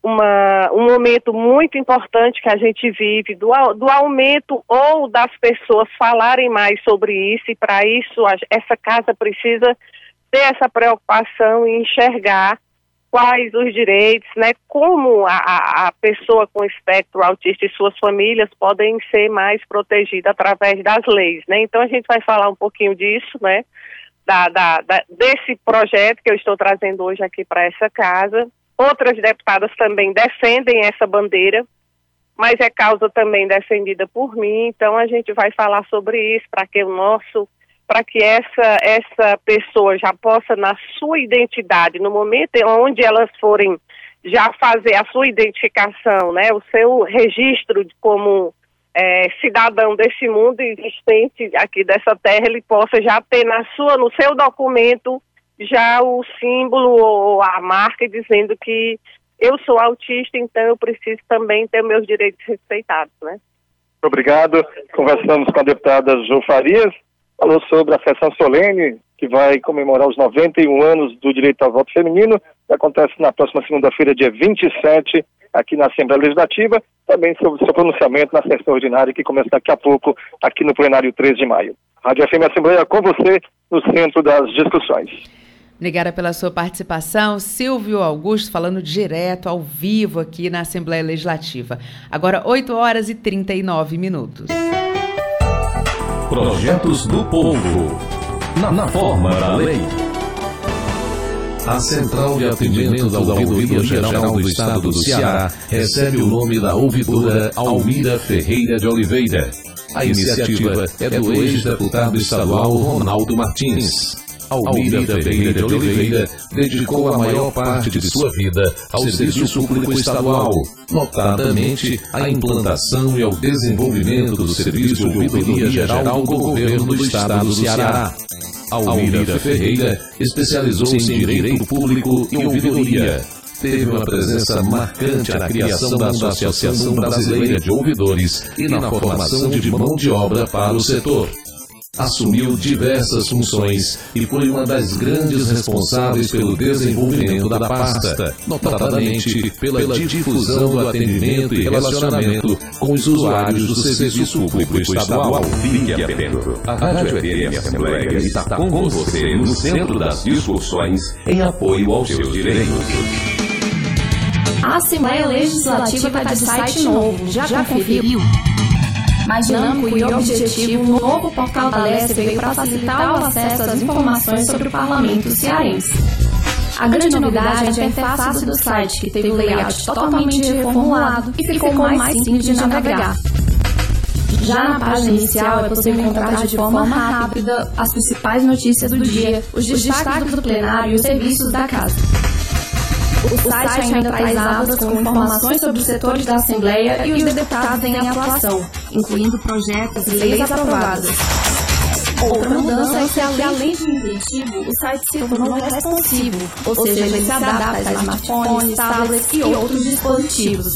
uma, um momento muito importante que a gente vive, do, do aumento ou das pessoas falarem mais sobre isso, e para isso a, essa casa precisa ter essa preocupação em enxergar quais os direitos, né, como a, a pessoa com espectro autista e suas famílias podem ser mais protegidas através das leis, né? Então a gente vai falar um pouquinho disso, né, da, da, da, desse projeto que eu estou trazendo hoje aqui para essa casa. Outras deputadas também defendem essa bandeira, mas é causa também defendida por mim, então a gente vai falar sobre isso para que o nosso para que essa, essa pessoa já possa, na sua identidade, no momento onde elas forem já fazer a sua identificação, né, o seu registro de como é, cidadão desse mundo existente aqui dessa terra, ele possa já ter na sua, no seu documento já o símbolo ou a marca dizendo que eu sou autista, então eu preciso também ter meus direitos respeitados, né? Obrigado. Conversamos com a deputada Jo Farias, falou sobre a sessão solene que vai comemorar os noventa e um anos do direito ao voto feminino, que acontece na próxima segunda-feira, dia vinte e sete, aqui na Assembleia Legislativa, também sobre o seu pronunciamento na sessão ordinária, que começa daqui a pouco, aqui no plenário três de maio. Rádio F M Assembleia com você, no centro das discussões. Obrigada pela sua participação. Silvio Augusto falando direto, ao vivo, aqui na Assembleia Legislativa. Agora, oito horas e trinta e nove minutos. Projetos do Povo. Na, na forma da lei. A Central de Atendimento da Ouvidoria Geral do Estado do Ceará recebe o nome da ouvidora Almira Ferreira de Oliveira. A iniciativa é do ex-deputado estadual Ronaldo Martins. Almira Ferreira de Oliveira dedicou a maior parte de sua vida ao serviço público estadual, notadamente à implantação e ao desenvolvimento do serviço de ouvidoria geral do governo do estado do Ceará. Almira Ferreira especializou-se em direito público e ouvidoria. Teve uma presença marcante na criação da Associação Brasileira de Ouvidores e na formação de mão de obra para o setor. Assumiu diversas funções e foi uma das grandes responsáveis pelo desenvolvimento da pasta, notadamente pela difusão do atendimento e relacionamento com os usuários do Serviço Público Estadual. Fique atento. A Rádio F M Assembleia está com você no centro das discussões em apoio aos seus direitos. A Assembleia Legislativa está de site novo. Já, Já conferiu? Mais dinâmico e objetivo, o novo portal da Leste veio para facilitar o acesso às informações sobre o parlamento cearense. A grande novidade é a interface do site, que teve o layout totalmente reformulado e ficou mais simples de navegar. Já na página inicial é possível encontrar de forma rápida as principais notícias do dia, os destaques do plenário e os serviços da casa. O site ainda traz abas com informações sobre os setores da Assembleia e os deputados em atuação, incluindo projetos e leis aprovadas. Outra mudança é que, além de intuitivo, o site se tornou responsivo, ou seja, ele se adapta a smartphones, tablets e outros dispositivos.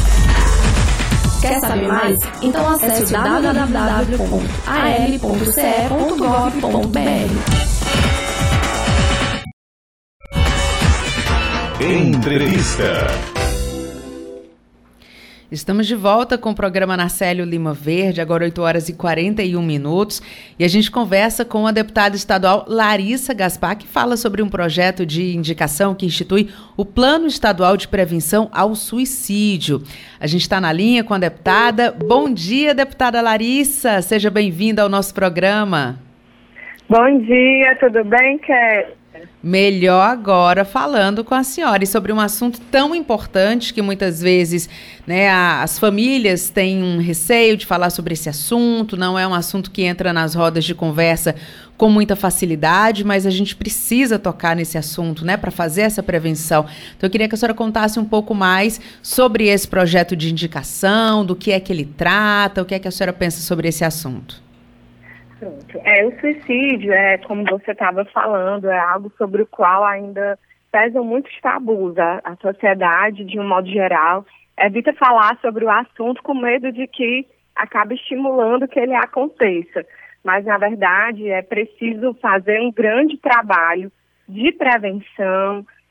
Quer saber mais? Então acesse w w w ponto a l ponto c e ponto gov ponto b r. Entrevista. Estamos de volta com o programa Narcélio Lima Verde, agora oito horas e quarenta e um minutos, e a gente conversa com a deputada estadual Larissa Gaspar, que fala sobre um projeto de indicação que institui o Plano Estadual de Prevenção ao Suicídio. A gente está na linha com a deputada. Bom dia, deputada Larissa, seja bem-vinda ao nosso programa. Bom dia, tudo bem, Kézia? Melhor agora falando com a senhora e sobre um assunto tão importante que muitas vezes, né, as famílias têm um receio de falar sobre esse assunto, não é um assunto que entra nas rodas de conversa com muita facilidade, mas a gente precisa tocar nesse assunto, né, para fazer essa prevenção. Então eu queria que a senhora contasse um pouco mais sobre esse projeto de indicação, do que é que ele trata, o que é que a senhora pensa sobre esse assunto. Pronto. É, o suicídio, é, como você estava falando, é algo sobre o qual ainda pesam muitos tabus. A, a sociedade, de um modo geral, evita falar sobre o assunto com medo de que acabe estimulando que ele aconteça. Mas, na verdade, é preciso fazer um grande trabalho de prevenção,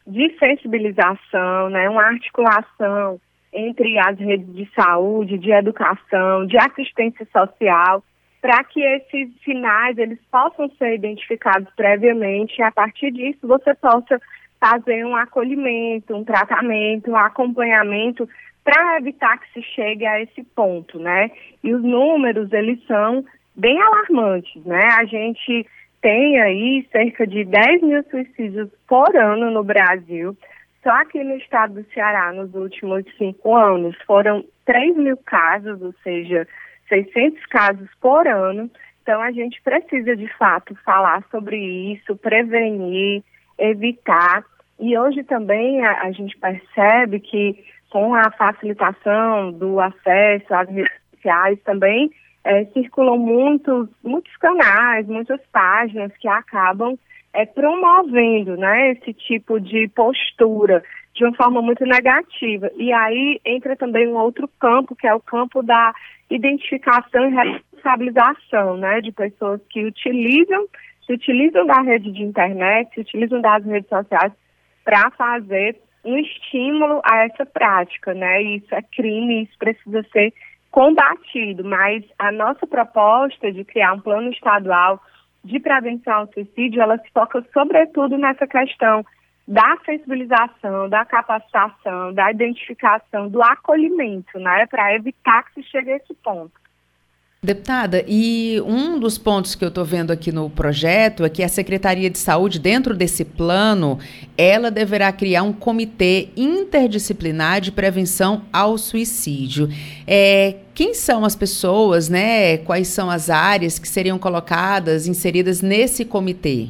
de sensibilização, né, uma articulação entre as redes de saúde, de educação, de assistência social, para que esses sinais eles possam ser identificados previamente e, a partir disso, você possa fazer um acolhimento, um tratamento, um acompanhamento para evitar que se chegue a esse ponto, né? E os números, eles são bem alarmantes, né? A gente tem aí cerca de dez mil suicídios por ano no Brasil. Só aqui no estado do Ceará, nos últimos cinco anos, foram três mil casos, ou seja, seiscentos casos por ano. Então, a gente precisa, de fato, falar sobre isso, prevenir, evitar. E hoje também a, a gente percebe que, com a facilitação do acesso às redes sociais, também é, circulam muitos, muitos canais, muitas páginas que acabam é, promovendo, né, esse tipo de postura de uma forma muito negativa. E aí entra também um outro campo, que é o campo da identificação e responsabilização, né, de pessoas que utilizam, se utilizam da rede de internet, se utilizam das redes sociais para fazer um estímulo a essa prática, né? Isso é crime, isso precisa ser combatido, mas a nossa proposta de criar um plano estadual de prevenção ao suicídio, ela se foca sobretudo nessa questão da sensibilização, da capacitação, da identificação, do acolhimento, né, para evitar que se chegue a esse ponto. Deputada, e um dos pontos que eu estou vendo aqui no projeto é que a Secretaria de Saúde, dentro desse plano, ela deverá criar um comitê interdisciplinar de prevenção ao suicídio. É, quem são as pessoas, né? Quais são as áreas que seriam colocadas, inseridas nesse comitê?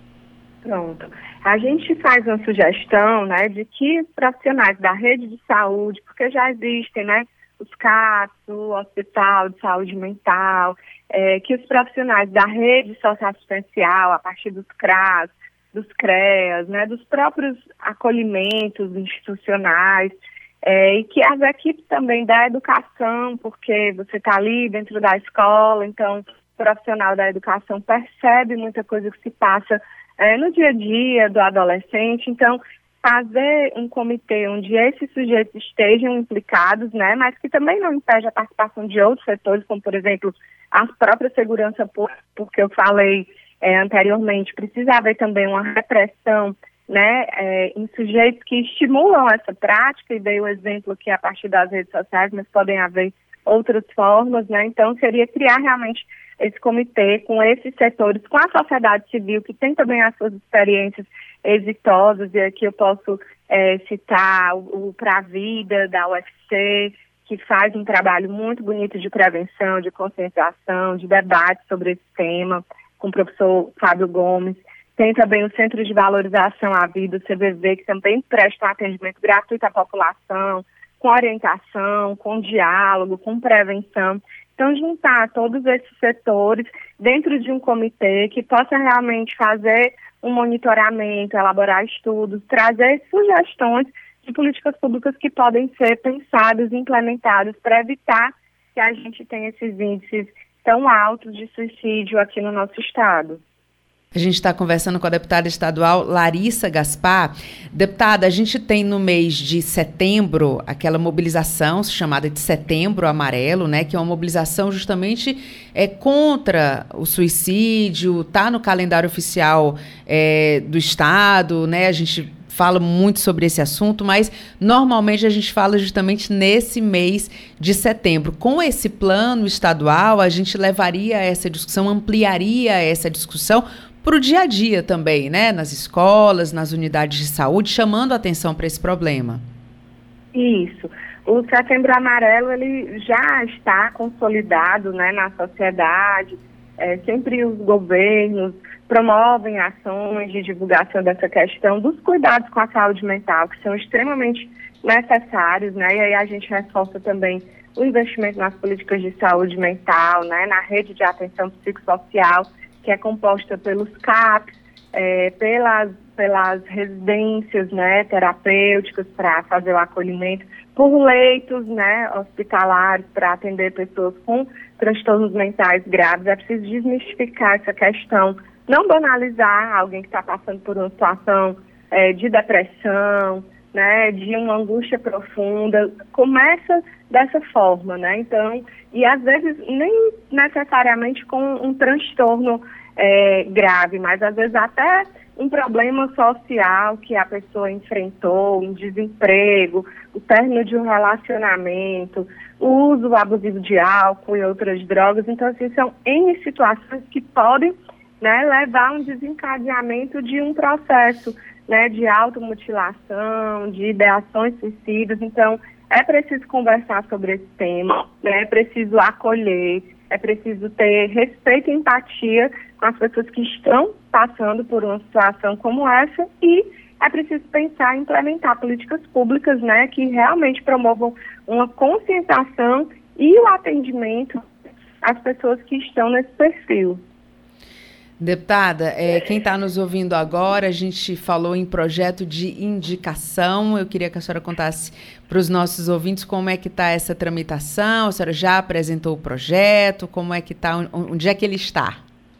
Pronto. A gente faz uma sugestão, né, de que os profissionais da rede de saúde, porque já existem, né, os C A Ps, o Hospital de Saúde Mental, é, que os profissionais da rede socioassistencial, a partir dos C R A S, dos C R E A S, né, dos próprios acolhimentos institucionais, é, e que as equipes também da educação, porque você está ali dentro da escola, então o profissional da educação percebe muita coisa que se passa é, no dia a dia do adolescente, então fazer um comitê onde esses sujeitos estejam implicados, né, mas que também não impede a participação de outros setores, como, por exemplo, a própria segurança pública, porque eu falei é, anteriormente, precisa haver também uma repressão, né, é, em sujeitos que estimulam essa prática, e dei o exemplo aqui a partir das redes sociais, mas podem haver outras formas, né, então seria criar realmente esse comitê com esses setores, com a sociedade civil, que tem também as suas experiências exitosas, e aqui eu posso é, citar o, o Pra Vida, da U F C, que faz um trabalho muito bonito de prevenção, de conscientização, de debate sobre esse tema, com o professor Fábio Gomes. Tem também o Centro de Valorização à Vida, o C V V, que também presta um atendimento gratuito à população, com orientação, com diálogo, com prevenção. Então, juntar todos esses setores dentro de um comitê que possa realmente fazer um monitoramento, elaborar estudos, trazer sugestões de políticas públicas que podem ser pensadas e implementadas para evitar que a gente tenha esses índices tão altos de suicídio aqui no nosso estado. A gente está conversando com a deputada estadual Larissa Gaspar. Deputada, a gente tem no mês de setembro aquela mobilização chamada de Setembro Amarelo, né, que é uma mobilização justamente é, contra o suicídio, está no calendário oficial é, do estado, né, a gente fala muito sobre esse assunto, mas normalmente a gente fala justamente nesse mês de setembro. Com esse plano estadual, a gente levaria essa discussão, ampliaria essa discussão para o dia a dia também, né? Nas escolas, nas unidades de saúde, chamando a atenção para esse problema. Isso. O Setembro Amarelo, ele já está consolidado, né, na sociedade. É, sempre os governos promovem ações de divulgação dessa questão dos cuidados com a saúde mental, que são extremamente necessários, né? E aí a gente reforça também o investimento nas políticas de saúde mental, né, na rede de atenção psicossocial, que é composta pelos C A Ps, é, pelas, pelas residências, né, terapêuticas para fazer o acolhimento, por leitos, né, hospitalares para atender pessoas com transtornos mentais graves. É preciso desmistificar essa questão, não banalizar alguém que está passando por uma situação é, de depressão, né, de uma angústia profunda, começa dessa forma, né? Então, e às vezes nem necessariamente com um transtorno é, grave, mas às vezes até um problema social que a pessoa enfrentou, um desemprego, o término de um relacionamento, o uso abusivo de álcool e outras drogas. Então, assim, são N situações que podem, né, levar a um desencadeamento de um processo, né, de automutilação, de ideações suicidas. Então, é preciso conversar sobre esse tema, né, é preciso acolher, é preciso ter respeito e empatia com as pessoas que estão passando por uma situação como essa e é preciso pensar em implementar políticas públicas, né, que realmente promovam uma conscientização e o atendimento às pessoas que estão nesse perfil. Deputada, é, quem está nos ouvindo agora, a gente falou em projeto de indicação. Eu queria que a senhora contasse para os nossos ouvintes como é que está essa tramitação. A senhora já apresentou o projeto? Como é que está? Onde é que ele está?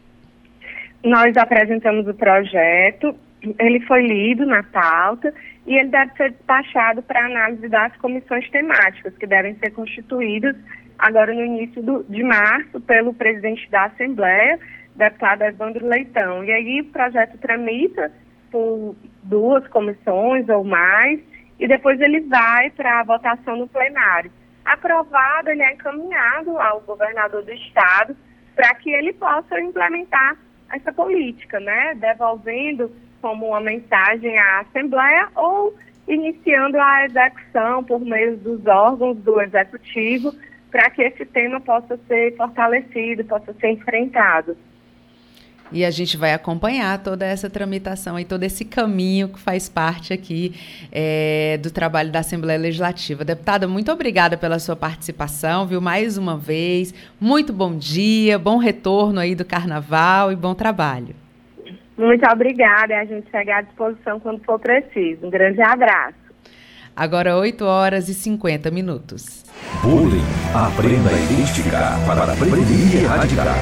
Nós apresentamos o projeto, ele foi lido na pauta e ele deve ser despachado para análise das comissões temáticas, que devem ser constituídas agora no início do, de março pelo presidente da Assembleia, deputado Evandro Leitão. E aí o projeto tramita por duas comissões ou mais e depois ele vai para a votação no plenário. Aprovado, ele é encaminhado ao governador do estado para que ele possa implementar essa política, né? Devolvendo como uma mensagem à Assembleia ou iniciando a execução por meio dos órgãos do Executivo para que esse tema possa ser fortalecido, possa ser enfrentado. E a gente vai acompanhar toda essa tramitação e todo esse caminho que faz parte aqui é, do trabalho da Assembleia Legislativa. Deputada, muito obrigada pela sua participação, viu? Mais uma vez, muito bom dia, bom retorno aí do Carnaval e bom trabalho. Muito obrigada, a gente segue à disposição quando for preciso. Um grande abraço. Agora oito horas e cinquenta minutos. Bullying. Aprenda a identificar para prevenir e erradicar.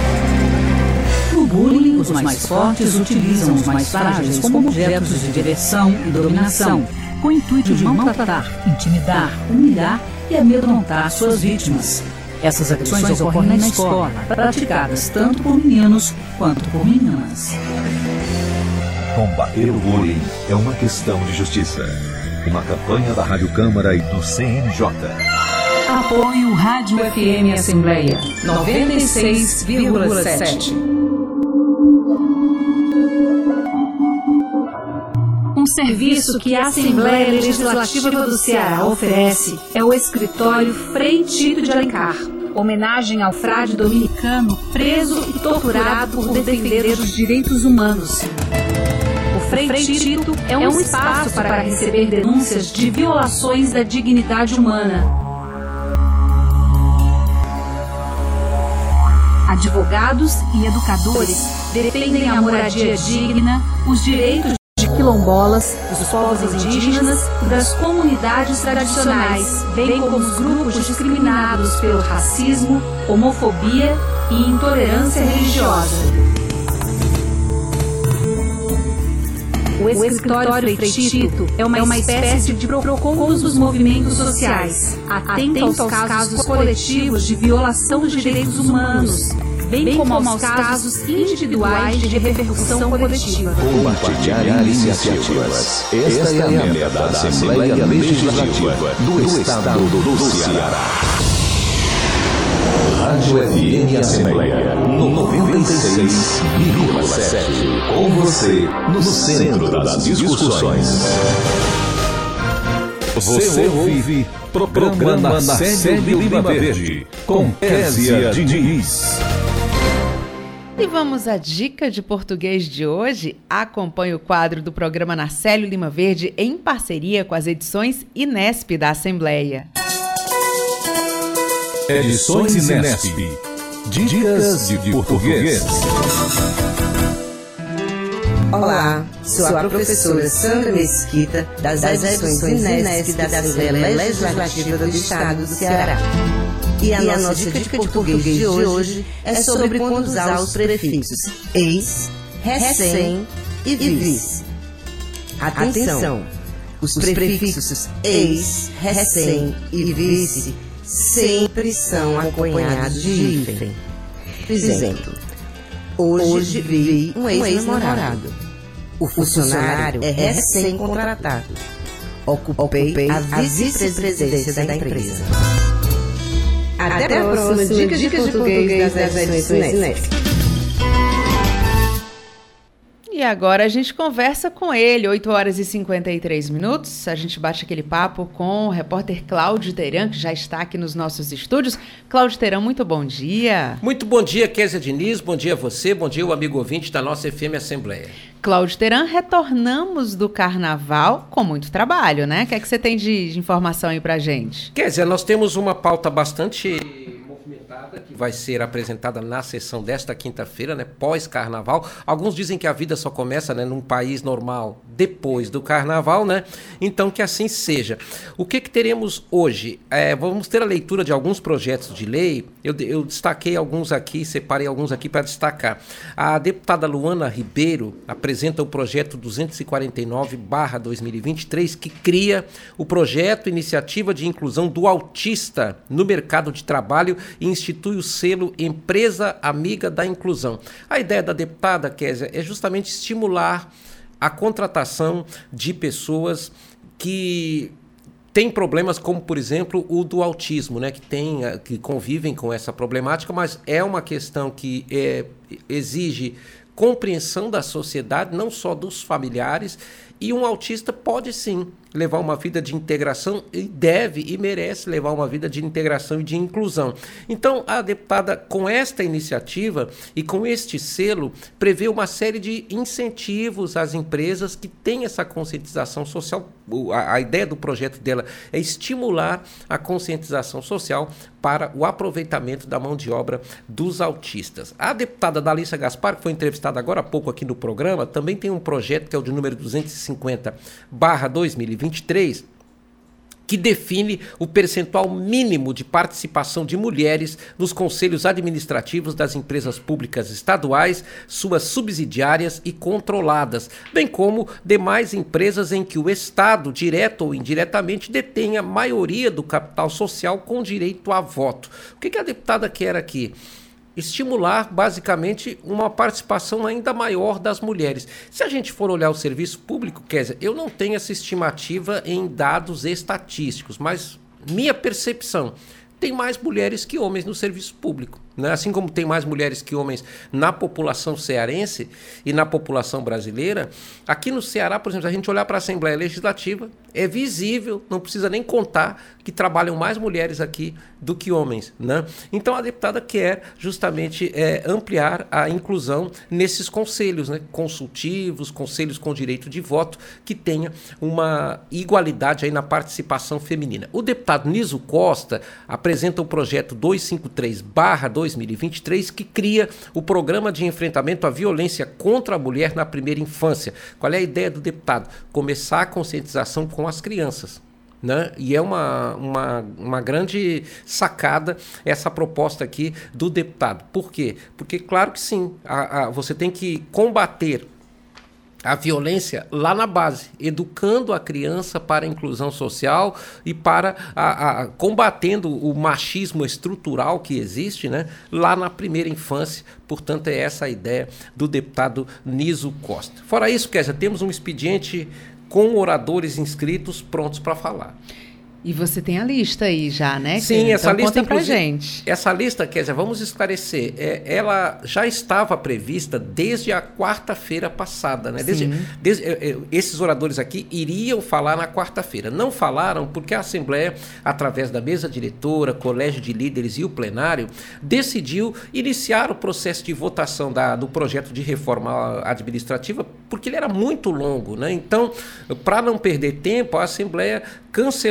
No bullying, os mais fortes utilizam os mais frágeis como objetos de diversão e dominação, com o intuito de maltratar, intimidar, humilhar e amedrontar suas vítimas. Essas agressões ocorrem na escola, praticadas tanto por meninos quanto por meninas. Combater o bullying é uma questão de justiça. Uma campanha da Rádio Câmara e do C N J. Apoio Rádio F M Assembleia noventa e seis vírgula sete. Um serviço que a Assembleia Legislativa do Ceará oferece é o escritório Frei Tito de Alencar, homenagem ao frade dominicano preso e torturado por defender os direitos humanos. O Frei Tito é um espaço para receber denúncias de violações da dignidade humana. Advogados e educadores defendem a moradia digna, os direitos de quilombolas, dos povos indígenas e das comunidades tradicionais, bem como os grupos discriminados pelo racismo, homofobia e intolerância religiosa. O escritório Frei Tito é uma, é uma espécie de PROCON dos movimentos sociais, atento aos casos coletivos de violação dos direitos humanos, bem como aos casos individuais de repercussão coletiva. Compartilhar iniciativas. Esta é a meta da Assembleia Legislativa do Estado do Ceará. Rádio F M Assembleia noventa e seis vírgula sete. Com você, no centro das discussões. Você ouve Programa Nacélio Lima Verde, com Kézia Diniz. E vamos à dica de português de hoje. Acompanhe o quadro do programa Nacélio Lima Verde em parceria com as edições Inesp da Assembleia. Edições Inesp. Dicas de português. Olá, sou a professora Sandra Mesquita, das edições Inesp da Assembleia Legislativa do Estado do Ceará. E a, e a nossa dica de português de hoje é sobre quando usar os prefixos ex, recém e vis. Atenção! Os prefixos ex, recém e vice sempre são acompanhados de hífen. Por exemplo, hoje vi um ex-namorado. O funcionário é recém-contratado. Ocupei a vice-presidência da empresa. Até, Até a próxima, próxima Dicas de Português das edições Inesc. E agora a gente conversa com ele, oito horas e cinquenta e três minutos. A gente bate aquele papo com o repórter Cláudio Teran, que já está aqui nos nossos estúdios. Cláudio Teran, muito bom dia. Muito bom dia, Kézia Diniz. Bom dia a você, bom dia o amigo ouvinte da nossa F M Assembleia. Cláudio Teran, retornamos do Carnaval com muito trabalho, né? O que é que você tem de, de informação aí pra gente? Kézia, nós temos uma pauta bastante movimentada que vai ser apresentada na sessão desta quinta-feira, né, pós-carnaval. Alguns dizem que a vida só começa, né, num país normal depois do carnaval, né? Então que assim seja. O que que teremos hoje? É, vamos ter a leitura de alguns projetos de lei. Eu, eu destaquei alguns aqui, separei alguns aqui para destacar. A deputada Luana Ribeiro apresenta o projeto duzentos e quarenta e nove barra dois mil e vinte e três, que cria o projeto Iniciativa de Inclusão do Autista no Mercado de Trabalho e institui o selo Empresa Amiga da Inclusão. A ideia da deputada, Kézia, é justamente estimular a contratação de pessoas que têm problemas como, por exemplo, o do autismo, né, que, tem, que convivem com essa problemática, mas é uma questão que é, exige compreensão da sociedade, não só dos familiares, e um autista pode sim levar uma vida de integração e deve e merece levar uma vida de integração e de inclusão. Então, a deputada, com esta iniciativa e com este selo, prevê uma série de incentivos às empresas que têm essa conscientização social. A, a ideia do projeto dela é estimular a conscientização social para o aproveitamento da mão de obra dos autistas. A deputada Dalissa Gaspar, que foi entrevistada agora há pouco aqui no programa, também tem um projeto que é o de número duzentos e cinquenta barra dois mil e vinte e três, que define o percentual mínimo de participação de mulheres nos conselhos administrativos das empresas públicas estaduais, suas subsidiárias e controladas, bem como demais empresas em que o Estado, direto ou indiretamente, detém a maioria do capital social com direito a voto. O que que a deputada quer aqui? Estimular, basicamente, uma participação ainda maior das mulheres. Se a gente for olhar o serviço público, Kézia, eu não tenho essa estimativa em dados estatísticos, mas minha percepção, tem mais mulheres que homens no serviço público, né? Assim como tem mais mulheres que homens na população cearense e na população brasileira, aqui no Ceará, por exemplo, se a gente olhar para a Assembleia Legislativa, é visível, não precisa nem contar, que trabalham mais mulheres aqui do que homens, né? Então a deputada quer justamente é, ampliar a inclusão nesses conselhos, né, consultivos, conselhos com direito de voto, que tenha uma igualdade aí na participação feminina. O deputado Niso Costa apresenta o projeto duzentos e cinquenta e três barra dois mil e vinte e três, que cria o Programa de Enfrentamento à Violência contra a Mulher na Primeira Infância. Qual é a ideia do deputado? Começar a conscientização com as crianças, né? E é uma, uma, uma grande sacada essa proposta aqui do deputado. Por quê? Porque, claro que sim, a, a, você tem que combater a violência lá na base, educando a criança para a inclusão social e para a, a, combatendo o machismo estrutural que existe, né, lá na primeira infância. Portanto, é essa a ideia do deputado Niso Costa. Fora isso, Kézia, temos um expediente com oradores inscritos prontos para falar. E você tem a lista aí já, né? Sim, essa então, lista, conta pra gente. Essa lista, Kézia, vamos esclarecer, é, ela já estava prevista desde a quarta-feira passada, né? Desde, desde, é, esses oradores aqui iriam falar na quarta-feira. Não falaram porque a Assembleia, através da mesa diretora, colégio de líderes e o plenário, decidiu iniciar o processo de votação da, do projeto de reforma administrativa, porque ele era muito longo, né? Então, para não perder tempo, a Assembleia cancelou o primeiro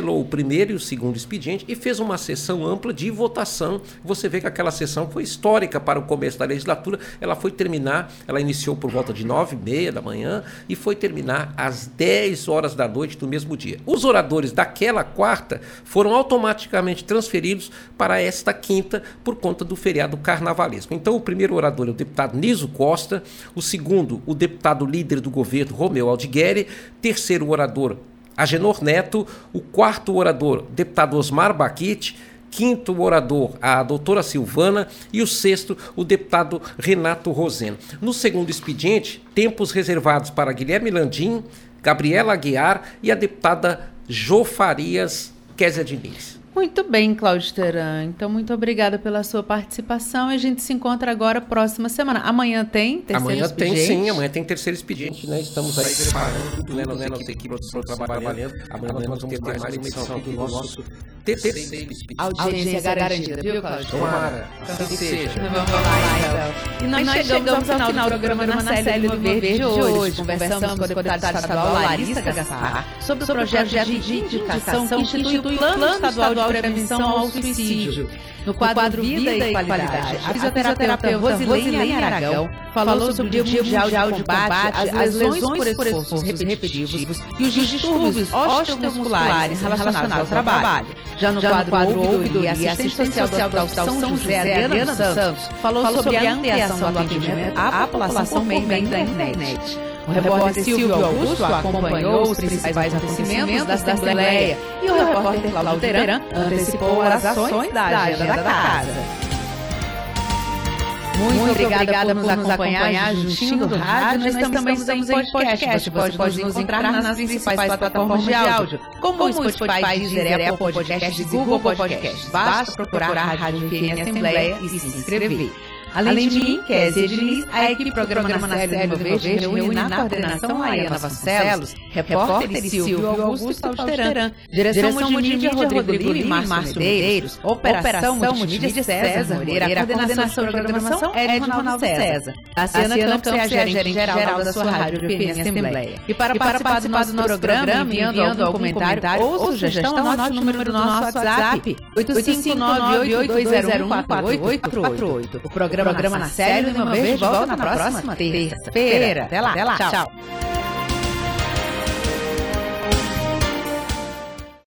primeiro e o segundo expediente e fez uma sessão ampla de votação. Você vê que aquela sessão foi histórica para o começo da legislatura. Ela foi terminar, ela iniciou por volta de nove e meia da manhã e foi terminar às dez horas da noite do mesmo dia. Os oradores daquela quarta foram automaticamente transferidos para esta quinta por conta do feriado carnavalesco. Então, o primeiro orador é o deputado Niso Costa, o segundo, o deputado líder do governo, Romeu Aldigueri, terceiro orador, Agenor Neto, o quarto orador, deputado Osmar Baquite, quinto orador, a doutora Silvana, e o sexto, o deputado Renato Roseno. No segundo expediente, tempos reservados para Guilherme Landim, Gabriela Aguiar e a deputada Jô Farias Kézia Diniz. Muito bem, Cláudio Teran. Então, muito obrigada pela sua participação e a gente se encontra agora próxima semana. Amanhã tem terceiro amanhã expediente? Amanhã tem sim, amanhã tem terceiro expediente, né? Estamos aí preparando, né? Nossa, nossa equipe está trabalhando. Amanhã nós vamos ter mais uma edição do nosso terceiro expediente. Audiência garantida, viu, Cláudio? Tomara, assim seja. Vamos lá, então. E nós, nós chegamos, chegamos ao final do programa Na Célia do Verde de hoje. Conversamos com a deputada estadual Larissa Gaspar sobre o projeto de indicação que institui o Plano Estadual de Prevenção ao Suicídio. No quadro, no quadro Vida e Qualidade, a fisioterapeuta Rosilene Aragão falou sobre o Dia Mundial de Combate às lesões por esforços repetitivos e os distúrbios osteomusculares relacionados ao trabalho. Já no Já quadro Ouvidoria e Assistência Social do Hospital São José, Adriana dos Santos falou sobre a ampliação do atendimento à população por meio da internet. O repórter Silvio Augusto acompanhou os principais acontecimentos da Assembleia e o repórter Cláudio Teran antecipou as ações da agenda da casa. Muito, Muito obrigada, obrigada por nos acompanhar, acompanhar juntinho do rádio. Nós, nós também estamos em podcast. Você pode, pode nos encontrar nas principais plataformas de áudio, como o Spotify, Deezer, Apple Podcasts e Google Podcasts. Basta procurar a Rádio F M Assembleia e se inscrever. Além de mim, Kézia Diniz, a equipe Programa Na Célia do Verde reúne na coordenação Mariana Vasconcelos, repórter Silvio Augusto e Cláudio Teran, direção multimídia Rodrigo Lima e Márcio Medeiros, operação multimídia César Moreira, a coordenação de programação é de Ronaldo César. A Ciana Campos é a gerente geral da sua Rádio F M Assembleia. E para participar do nosso programa, enviando algum comentário ou sugestão, anote o número do nosso WhatsApp, oito cinco nove oito dois zero um quatro oito quatro oito. O programa Programa Na Célia do Verde volta na próxima terça-feira. Até lá. Até lá. Tchau.